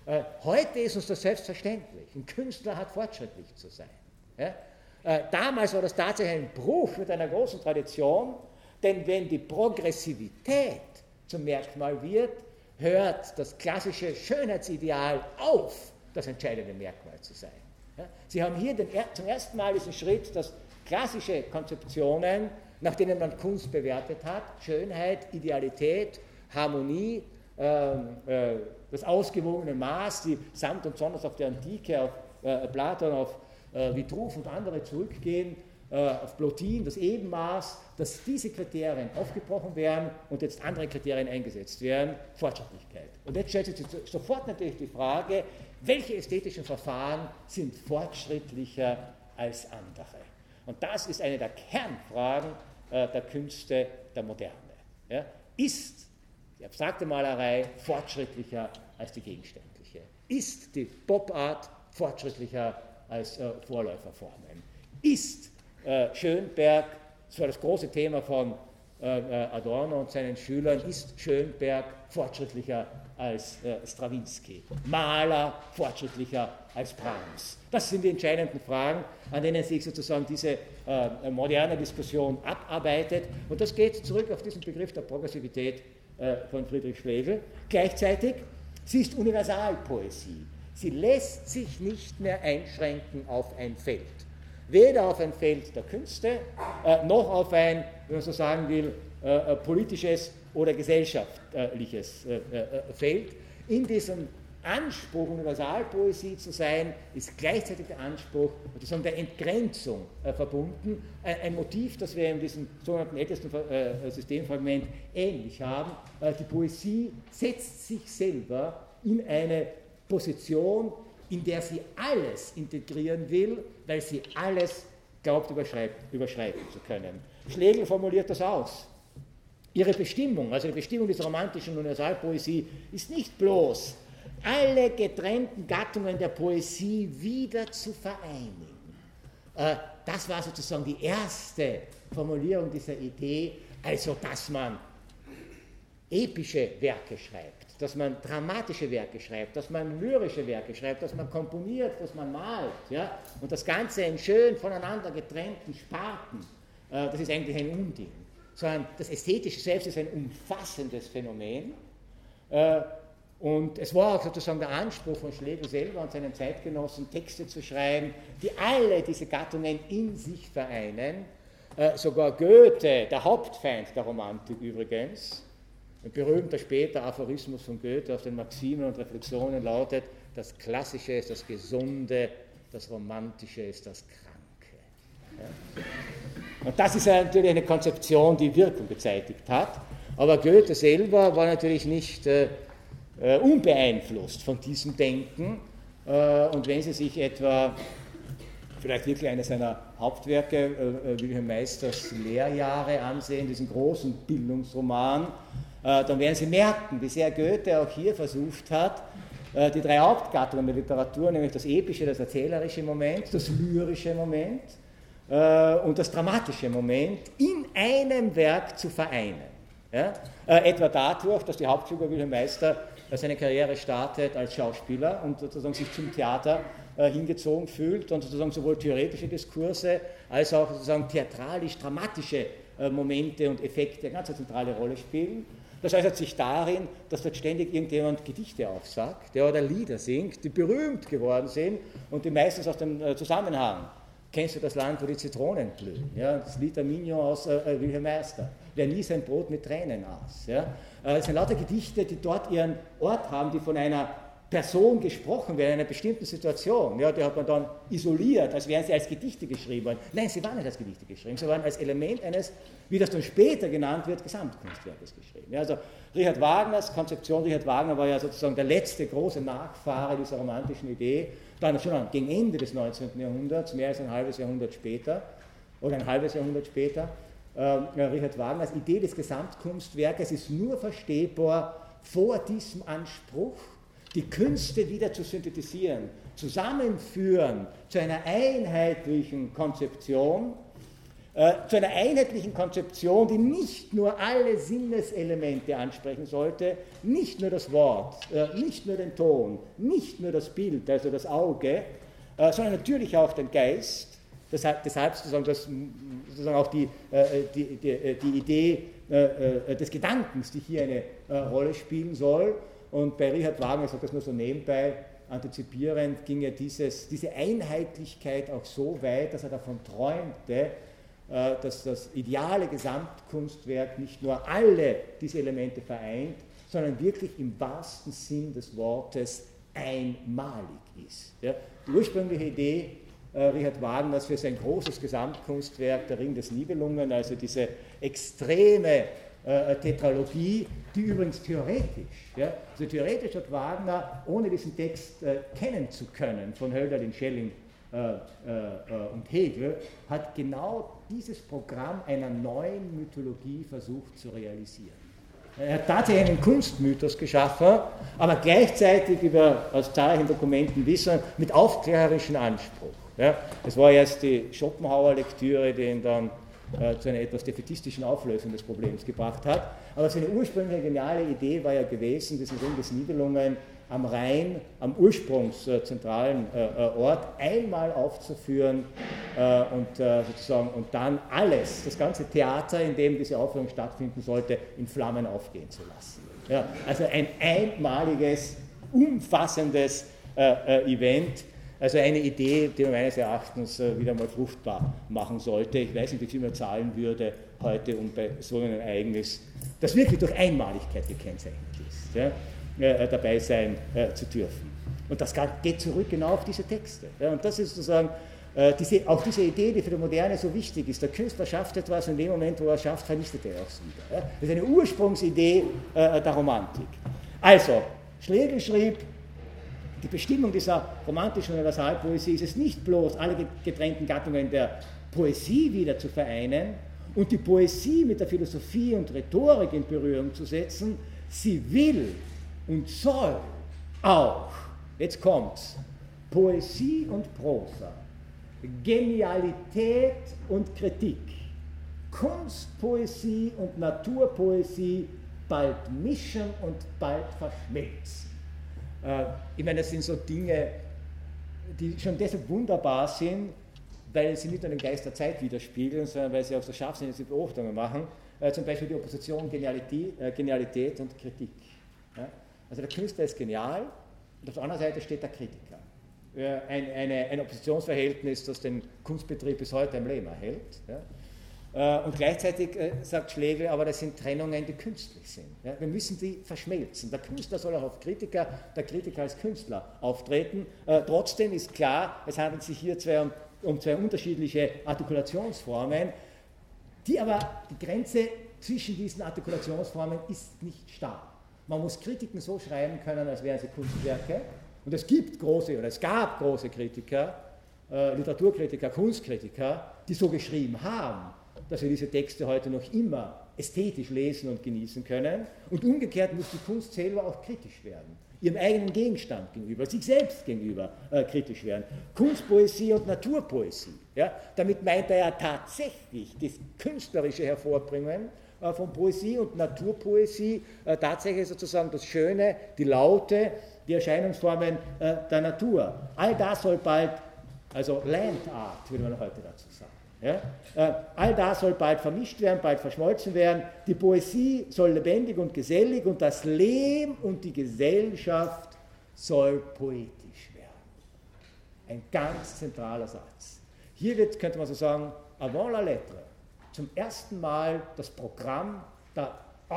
Äh, heute ist uns das selbstverständlich. Ein Künstler hat fortschrittlich zu sein. Ja? Äh, damals war das tatsächlich ein Bruch mit einer großen Tradition, denn wenn die Progressivität zum Merkmal wird, hört das klassische Schönheitsideal auf, das entscheidende Merkmal zu sein. Ja? Sie haben hier den, zum ersten Mal diesen Schritt, dass klassische Konzeptionen, nach denen man Kunst bewertet hat, Schönheit, Idealität, Harmonie, äh, äh, das ausgewogene Maß, die samt und besonders auf die Antike, auf äh, Platon, auf äh, Vitruv und andere zurückgehen, äh, auf Plotin, das Ebenmaß, dass diese Kriterien aufgebrochen werden und jetzt andere Kriterien eingesetzt werden, Fortschrittlichkeit. Und jetzt stellt sich sofort natürlich die Frage, welche ästhetischen Verfahren sind fortschrittlicher als andere? Und das ist eine der Kernfragen äh, der Künste der Moderne. Ja? Ist die abstrakte Malerei fortschrittlicher als die gegenständliche? Ist die Pop-Art fortschrittlicher als äh, Vorläuferformen? Ist äh, Schönberg, das war das große Thema von äh, Adorno und seinen Schülern, ist Schönberg fortschrittlicher als äh, Strawinsky? Maler fortschrittlicher als Brahms? Das sind die entscheidenden Fragen, an denen sich sozusagen diese äh, moderne Diskussion abarbeitet. Und das geht zurück auf diesen Begriff der Progressivität äh, von Friedrich Schlegel. Gleichzeitig, sie ist Universalpoesie. Sie lässt sich nicht mehr einschränken auf ein Feld. Weder auf ein Feld der Künste, äh, noch auf ein, wenn man so sagen will, äh, politisches oder gesellschaftliches äh, äh, Feld. In diesem Anspruch, Universalpoesie zu sein, ist gleichzeitig der Anspruch sozusagen der Entgrenzung äh, verbunden. Ein, ein Motiv, das wir in diesem sogenannten ältesten äh, Systemfragment ähnlich haben. Äh, die Poesie setzt sich selber in eine Position, in der sie alles integrieren will, weil sie alles glaubt, überschreiten zu können. Schlegel formuliert das aus. Ihre Bestimmung, also die Bestimmung dieser romantischen Universalpoesie, ist nicht bloß, alle getrennten Gattungen der Poesie wieder zu vereinigen. Das war sozusagen die erste Formulierung dieser Idee, also dass man epische Werke schreibt, dass man dramatische Werke schreibt, dass man lyrische Werke schreibt, dass man komponiert, dass man malt, ja? Und das Ganze in schön voneinander getrennten Sparten, äh, das ist eigentlich ein Unding. Sondern das Ästhetische selbst ist ein umfassendes Phänomen. Äh, und es war auch sozusagen der Anspruch von Schlegel selber und seinen Zeitgenossen, Texte zu schreiben, die alle diese Gattungen in sich vereinen. Äh, sogar Goethe, der Hauptfeind der Romantik übrigens, ein berühmter später Aphorismus von Goethe auf den Maximen und Reflexionen lautet, das Klassische ist das Gesunde, das Romantische ist das Kranke. Ja. Und das ist natürlich eine Konzeption, die Wirkung gezeitigt hat, aber Goethe selber war natürlich nicht äh, äh, unbeeinflusst von diesem Denken. Äh, und wenn Sie sich etwa vielleicht wirklich eines seiner Hauptwerke, äh, Wilhelm Meisters Lehrjahre ansehen, diesen großen Bildungsroman, dann werden Sie merken, wie sehr Goethe auch hier versucht hat, die drei Hauptgattungen der Literatur, nämlich das epische, das erzählerische Moment, das lyrische Moment und das dramatische Moment in einem Werk zu vereinen. Ja? Etwa dadurch, dass die Hauptfigur Wilhelm Meister seine Karriere startet als Schauspieler und sozusagen sich zum Theater hingezogen fühlt und sozusagen sowohl theoretische Diskurse als auch sozusagen theatralisch-dramatische Momente und Effekte eine ganz zentrale Rolle spielen. Das äußert sich darin, dass dort ständig irgendjemand Gedichte aufsagt, der oder Lieder singt, die berühmt geworden sind und die meistens aus dem Zusammenhang. Kennst du das Land, wo die Zitronen blühen? Ja, das Lied der Mignon aus äh, Wilhelm Meister. Wer nie sein Brot mit Tränen aß. Ja? Äh, es sind lauter Gedichte, die dort ihren Ort haben, die von einer Person gesprochen werden, in einer bestimmten Situation. Ja, die hat man dann isoliert, als wären sie als Gedichte geschrieben worden. Nein, sie waren nicht als Gedichte geschrieben, sie waren als Element eines, wie das dann später genannt wird, Gesamtkunstwerkes geschrieben. Ja, also Richard Wagners Konzeption, Richard Wagner war ja sozusagen der letzte große Nachfahre dieser romantischen Idee, dann schon gegen Ende des neunzehnten Jahrhunderts, mehr als ein halbes Jahrhundert später, oder ein halbes Jahrhundert später. Äh, Richard Wagners Idee des Gesamtkunstwerkes ist nur verstehbar vor diesem Anspruch, die Künste wieder zu synthetisieren, zusammenführen zu einer einheitlichen Konzeption, äh, zu einer einheitlichen Konzeption, die nicht nur alle Sinneselemente ansprechen sollte, nicht nur das Wort, äh, nicht nur den Ton, nicht nur das Bild, also das Auge, äh, sondern natürlich auch den Geist. Deshalb, deshalb sozusagen, das, sozusagen auch die, äh, die, die, die Idee äh, des Gedankens, die hier eine äh, Rolle spielen soll. Und bei Richard Wagner, ich sage das nur so nebenbei, antizipierend, ging ja dieses, diese Einheitlichkeit auch so weit, dass er davon träumte, äh, dass das ideale Gesamtkunstwerk nicht nur alle diese Elemente vereint, sondern wirklich im wahrsten Sinn des Wortes einmalig ist. Ja? Die ursprüngliche Idee Richard Wagners für sein großes Gesamtkunstwerk, der Ring des Nibelungen, also diese extreme äh, Tetralogie, die übrigens theoretisch, ja, also theoretisch hat Wagner, ohne diesen Text äh, kennen zu können, von Hölderlin, Schelling äh, äh, und Hegel, hat genau dieses Programm einer neuen Mythologie versucht zu realisieren. Er hat tatsächlich einen Kunstmythos geschaffen, aber gleichzeitig, wie wir aus zahlreichen Dokumenten wissen, mit aufklärerischem Anspruch. Ja, es war erst die Schopenhauer-Lektüre, die ihn dann äh, zu einer etwas defaitistischen Auflösung des Problems gebracht hat. Aber seine ursprüngliche geniale Idee war ja gewesen, diesen Ring des Nibelungen am Rhein, am ursprungszentralen äh, Ort, einmal aufzuführen äh, und, äh, sozusagen, und dann alles, das ganze Theater, in dem diese Aufführung stattfinden sollte, in Flammen aufgehen zu lassen. Ja, also ein einmaliges, umfassendes äh, äh, Event. Also eine Idee, die man meines Erachtens wieder mal fruchtbar machen sollte. Ich weiß nicht, wie viel man zahlen würde heute, um bei so einem Ereignis, das wirklich durch Einmaligkeit gekennzeichnet ist, ja, äh, dabei sein äh, zu dürfen. Und das geht zurück genau auf diese Texte. Ja, und das ist sozusagen äh, diese, auch diese Idee, die für die Moderne so wichtig ist. Der Künstler schafft etwas und in dem Moment, wo er schafft, vernichtet er es wieder. Ja. Das ist eine Ursprungsidee äh, der Romantik. Also, Schlegel schrieb, die Bestimmung dieser romantischen Universalpoesie ist es nicht bloß, alle getrennten Gattungen der Poesie wieder zu vereinen und die Poesie mit der Philosophie und Rhetorik in Berührung zu setzen, sie will und soll auch, jetzt kommt's, Poesie und Prosa, Genialität und Kritik, Kunstpoesie und Naturpoesie bald mischen und bald verschmelzen. Ich meine, das sind so Dinge, die schon deshalb wunderbar sind, weil sie nicht nur den Geist der Zeit widerspiegeln, sondern weil sie auch so scharfsinnige Beobachtungen machen. Äh, zum Beispiel die Opposition Genialität, äh, Genialität und Kritik. Ja? Also der Künstler ist genial und auf der anderen Seite steht der Kritiker. Äh, ein, eine, ein Oppositionsverhältnis, das den Kunstbetrieb bis heute am Leben erhält. Ja? Und gleichzeitig äh, sagt Schlegel, aber das sind Trennungen, die künstlich sind. Ja? Wir müssen die verschmelzen. Der Künstler soll auch als Kritiker, der Kritiker als Künstler auftreten. Äh, trotzdem ist klar, es handelt sich hier zwei um, um zwei unterschiedliche Artikulationsformen, die aber, die Grenze zwischen diesen Artikulationsformen ist nicht starr. Man muss Kritiken so schreiben können, als wären sie Kunstwerke. Und es gibt große, oder es gab große Kritiker, äh, Literaturkritiker, Kunstkritiker, die so geschrieben haben, dass wir diese Texte heute noch immer ästhetisch lesen und genießen können. Und umgekehrt muss die Kunst selber auch kritisch werden, ihrem eigenen Gegenstand gegenüber, sich selbst gegenüber äh, kritisch werden. Kunstpoesie und Naturpoesie, ja, damit meint er ja tatsächlich das künstlerische Hervorbringen äh, von Poesie und Naturpoesie, äh, tatsächlich sozusagen das Schöne, die Laute, die Erscheinungsformen äh, der Natur. All das soll bald, also Land Art, würde man heute dazu sagen. Ja? Äh, all das soll bald vermischt werden, bald verschmolzen werden. Die Poesie soll lebendig und gesellig und das Leben und die Gesellschaft soll poetisch werden. Ein ganz zentraler Satz. Hier wird, könnte man so sagen, avant la lettre, zum ersten Mal das Programm der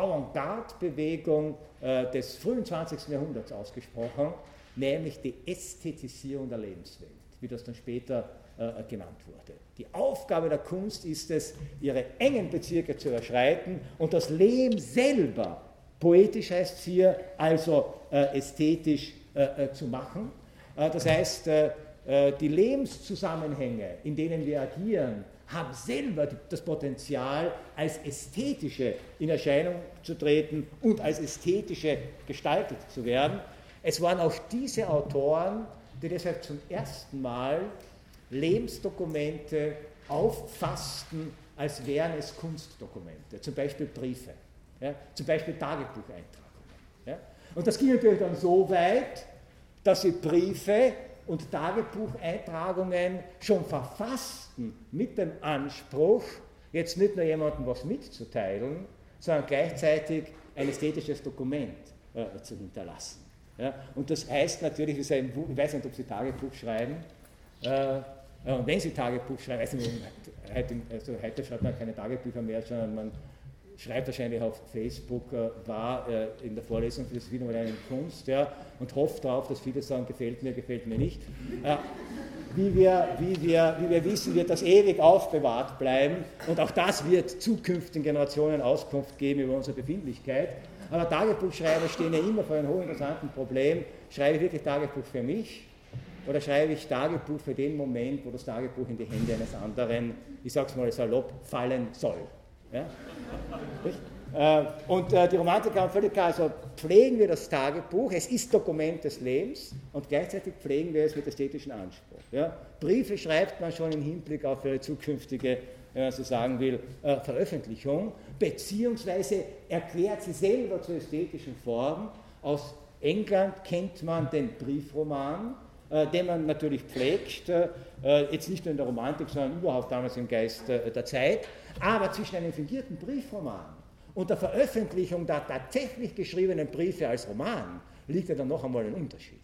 Avantgarde-Bewegung äh, des frühen zwanzigsten Jahrhunderts ausgesprochen, nämlich die Ästhetisierung der Lebenswelt, wie das dann später äh, genannt wurde. Die Aufgabe der Kunst ist es, ihre engen Bezirke zu überschreiten und das Leben selber, poetisch heißt es hier, also äh, ästhetisch äh, äh, zu machen. Äh, das heißt, äh, die Lebenszusammenhänge, in denen wir agieren, haben selber das Potenzial, als ästhetische in Erscheinung zu treten und als ästhetische gestaltet zu werden. Es waren auch diese Autoren, die deshalb zum ersten Mal Lebensdokumente auffassten als wären es Kunstdokumente, zum Beispiel Briefe, ja, zum Beispiel Tagebucheintragungen. Ja. Und das ging natürlich dann so weit, dass sie Briefe und Tagebucheintragungen schon verfassten mit dem Anspruch, jetzt nicht nur jemandem was mitzuteilen, sondern gleichzeitig ein ästhetisches Dokument äh, zu hinterlassen. Ja. Und das heißt natürlich, ich weiß nicht, ob Sie Tagebuch schreiben, äh, und wenn Sie Tagebuch schreiben, also heute, also heute schreibt man keine Tagebücher mehr, sondern man schreibt wahrscheinlich auf Facebook, äh, war äh, in der Vorlesung Philosophie und moderne Kunst, ja, und hofft darauf, dass viele sagen, gefällt mir, gefällt mir nicht. Äh, wie, wir, wie, wir, wie wir wissen, wird das ewig aufbewahrt bleiben und auch das wird zukünftigen Generationen Auskunft geben über unsere Befindlichkeit. Aber Tagebuchschreiber stehen ja immer vor einem hochinteressanten Problem. Schreibe ich wirklich Tagebuch für mich oder schreibe ich Tagebuch für den Moment, wo das Tagebuch in die Hände eines anderen, ich sage es mal salopp, fallen soll? Ja? Und die Romantiker haben völlig klar, also pflegen wir das Tagebuch, es ist Dokument des Lebens und gleichzeitig pflegen wir es mit ästhetischen Anspruch. Ja? Briefe schreibt man schon im Hinblick auf ihre zukünftige, wenn man so sagen will, Veröffentlichung, beziehungsweise erklärt sie selber zur ästhetischen Form. Aus England kennt man den Briefroman, den man natürlich pflegt, jetzt nicht nur in der Romantik, sondern überhaupt damals im Geist der Zeit, aber zwischen einem fingierten Briefroman und der Veröffentlichung der tatsächlich geschriebenen Briefe als Roman liegt ja dann noch einmal ein Unterschied.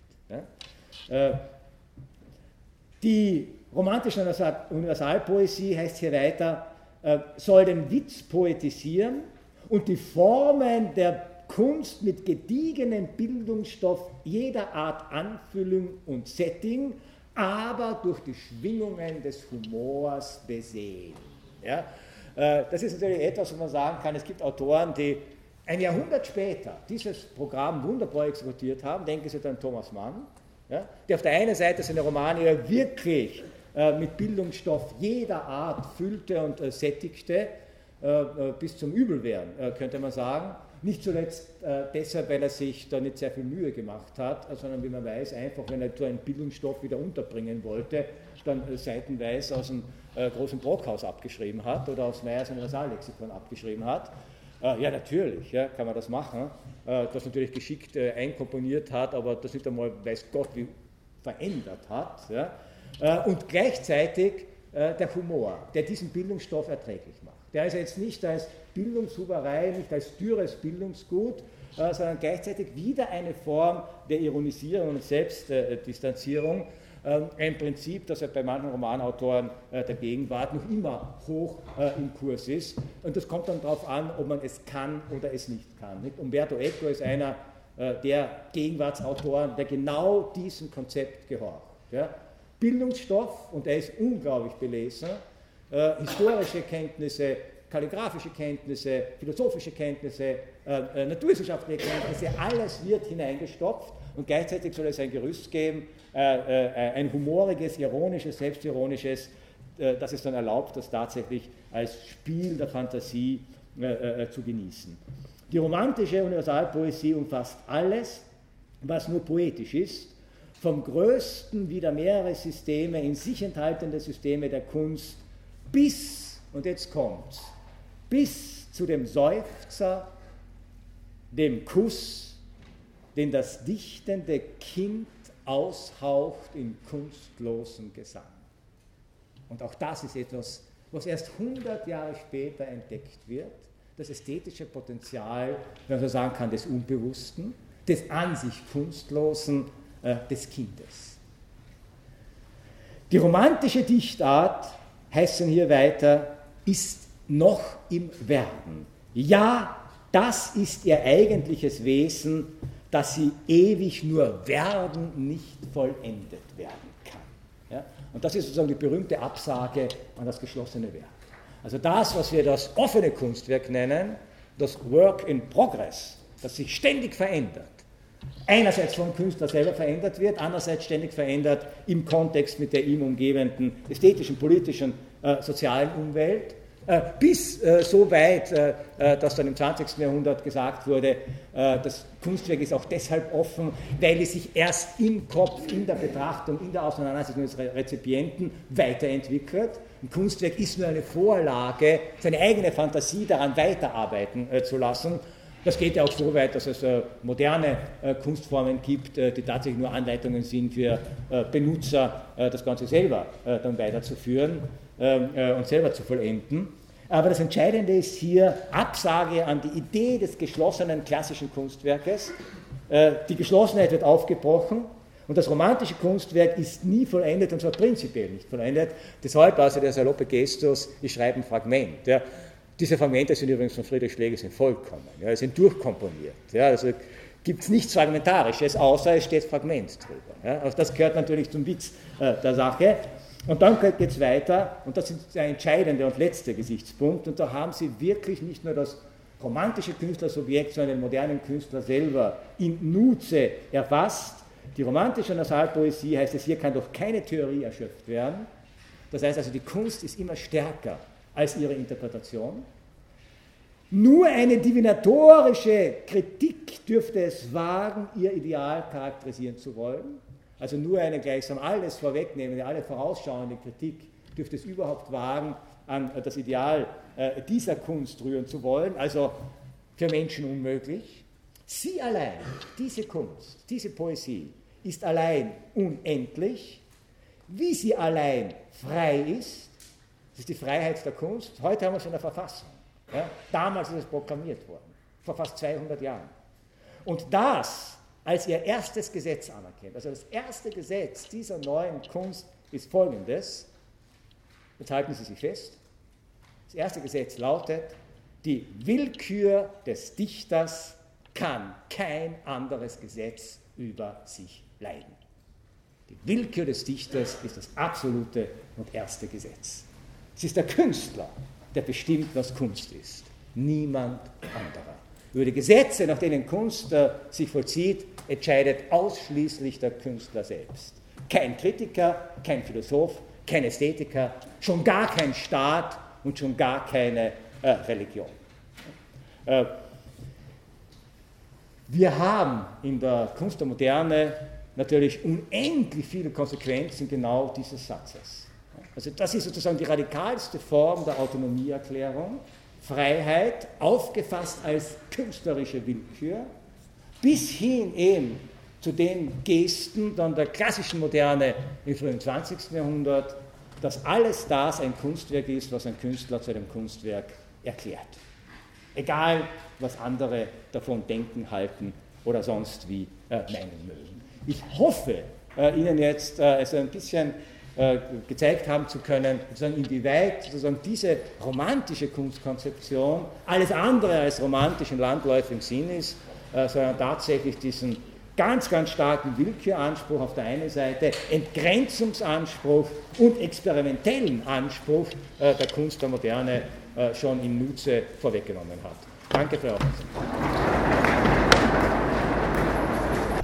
Die romantische Universalpoesie, heißt hier weiter, soll den Witz poetisieren und die Formen der Kunst mit gediegenem Bildungsstoff jeder Art Anfüllung und Setting, aber durch die Schwingungen des Humors besehen. Ja? Das ist natürlich etwas, wo man sagen kann, es gibt Autoren, die ein Jahrhundert später dieses Programm wunderbar exekutiert haben, denken Sie an Thomas Mann, ja? Der auf der einen Seite seine Romane ja wirklich äh, mit Bildungsstoff jeder Art füllte und äh, sättigte, äh, bis zum Übelwerden, äh, könnte man sagen. Nicht zuletzt äh, deshalb, weil er sich da nicht sehr viel Mühe gemacht hat, sondern wie man weiß, einfach, wenn er so einen Bildungsstoff wieder unterbringen wollte, dann äh, seitenweise aus dem äh, großen Brockhaus abgeschrieben hat oder aus Meyers Universallexikon abgeschrieben hat. Äh, ja, natürlich ja, kann man das machen, äh, das natürlich geschickt äh, einkomponiert hat, aber das nicht einmal, weiß Gott, wie verändert hat. Ja. Äh, und gleichzeitig äh, der Humor, der diesen Bildungsstoff erträglich macht. Der ist jetzt nicht als Bildungshuberei, nicht als dürres Bildungsgut, äh, sondern gleichzeitig wieder eine Form der Ironisierung und Selbstdistanzierung. Äh, ein Prinzip, das ja bei manchen Romanautoren äh, der Gegenwart noch immer hoch äh, im Kurs ist. Und das kommt dann darauf an, ob man es kann oder es nicht kann. Nicht? Umberto Eco ist einer äh, der Gegenwartsautoren, der genau diesem Konzept gehorcht. Ja? Bildungsstoff, und er ist unglaublich belesen, äh, historische Kenntnisse, kalligraphische Kenntnisse, philosophische Kenntnisse, äh, naturwissenschaftliche Kenntnisse, alles wird hineingestopft und gleichzeitig soll es ein Gerüst geben, äh, äh, ein humoriges, ironisches, selbstironisches, äh, das es dann erlaubt, das tatsächlich als Spiel der Fantasie äh, äh, zu genießen. Die romantische Universalpoesie umfasst alles, was nur poetisch ist, vom größten wieder mehrere Systeme in sich enthaltende Systeme der Kunst bis, und jetzt kommt's, bis zu dem Seufzer, dem Kuss, den das dichtende Kind aushaucht in kunstlosem Gesang. Und auch das ist etwas, was erst hundert Jahre später entdeckt wird, das ästhetische Potenzial, wenn man so sagen kann, des Unbewussten, des an sich Kunstlosen, äh, des Kindes. Die romantische Dichtart, heißt dann hier weiter, ist noch im Werden. Ja, das ist ihr eigentliches Wesen, dass sie ewig nur werden, nicht vollendet werden kann. Ja? Und das ist sozusagen die berühmte Absage an das geschlossene Werk. Also das, was wir das offene Kunstwerk nennen, das Work in Progress, das sich ständig verändert, einerseits vom Künstler selber verändert wird, andererseits ständig verändert im Kontext mit der ihm umgebenden ästhetischen, politischen, äh, sozialen Umwelt, äh, bis äh, so weit, äh, dass dann im zwanzigsten Jahrhundert gesagt wurde, äh, das Kunstwerk ist auch deshalb offen, weil es sich erst im Kopf, in der Betrachtung, in der Auseinandersetzung des Rezipienten weiterentwickelt. Ein Kunstwerk ist nur eine Vorlage, seine eigene Fantasie daran weiterarbeiten äh, zu lassen. Das geht ja auch so weit, dass es äh, moderne äh, Kunstformen gibt, äh, die tatsächlich nur Anleitungen sind für äh, Benutzer, äh, das Ganze selber äh, dann weiterzuführen äh, und selber zu vollenden. Aber das Entscheidende ist hier Absage an die Idee des geschlossenen klassischen Kunstwerkes. Äh, die Geschlossenheit wird aufgebrochen und das romantische Kunstwerk ist nie vollendet, und zwar prinzipiell nicht vollendet. Deshalb, also der saloppe Gestus, ich schreibe ein Fragment. Ja. Diese Fragmente sind übrigens von Friedrich Schlegel sind vollkommen, ja, sind durchkomponiert. Ja, also gibt es nichts Fragmentarisches, außer es steht Fragment drüber. Ja. Auch das gehört natürlich zum Witz äh, der Sache. Und dann geht es weiter, und das ist der entscheidende und letzte Gesichtspunkt, und da haben Sie wirklich nicht nur das romantische Künstlersubjekt, sondern den modernen Künstler selber in Nutze erfasst. Die romantische Nasalpoesie, heißt es, hier kann doch keine Theorie erschöpft werden. Das heißt also, die Kunst ist immer stärker als ihre Interpretation. Nur eine divinatorische Kritik dürfte es wagen, ihr Ideal charakterisieren zu wollen. Also nur eine gleichsam alles vorwegnehmende, alle vorausschauende Kritik dürfte es überhaupt wagen, an das Ideal äh, dieser Kunst rühren zu wollen, also für Menschen unmöglich. Sie allein, diese Kunst, diese Poesie, ist allein unendlich, wie sie allein frei ist. Das ist die Freiheit der Kunst. Heute haben wir es in der Verfassung. Ja? Damals ist es proklamiert worden, vor fast zweihundert Jahren. Und das als ihr erstes Gesetz anerkennt. Also das erste Gesetz dieser neuen Kunst ist folgendes, jetzt halten Sie sich fest, das erste Gesetz lautet, die Willkür des Dichters kann kein anderes Gesetz über sich leiden. Die Willkür des Dichters ist das absolute und erste Gesetz. Es ist der Künstler, der bestimmt, was Kunst ist, niemand anderer. Über die Gesetze, nach denen Kunst äh, sich vollzieht, entscheidet ausschließlich der Künstler selbst. Kein Kritiker, kein Philosoph, kein Ästhetiker, schon gar kein Staat und schon gar keine äh, Religion. Äh, wir haben in der Kunst der Moderne natürlich unendlich viele Konsequenzen genau dieses Satzes. Also das ist sozusagen die radikalste Form der Autonomieerklärung. Freiheit, aufgefasst als künstlerische Willkür, bis hin eben zu den Gesten dann der klassischen Moderne im frühen zwanzigsten Jahrhundert, dass alles das ein Kunstwerk ist, was ein Künstler zu einem Kunstwerk erklärt. Egal, was andere davon denken, halten oder sonst wie äh, meinen mögen. Ich hoffe, äh, Ihnen jetzt äh, also ein bisschen gezeigt haben zu können, sozusagen inwieweit sozusagen diese romantische Kunstkonzeption alles andere als romantisch im landläufigen Sinn ist, äh, sondern tatsächlich diesen ganz, ganz starken Willküranspruch auf der einen Seite, Entgrenzungsanspruch und experimentellen Anspruch äh, der Kunst der Moderne äh, schon in Nutze vorweggenommen hat. Danke für Ihre Aufmerksamkeit.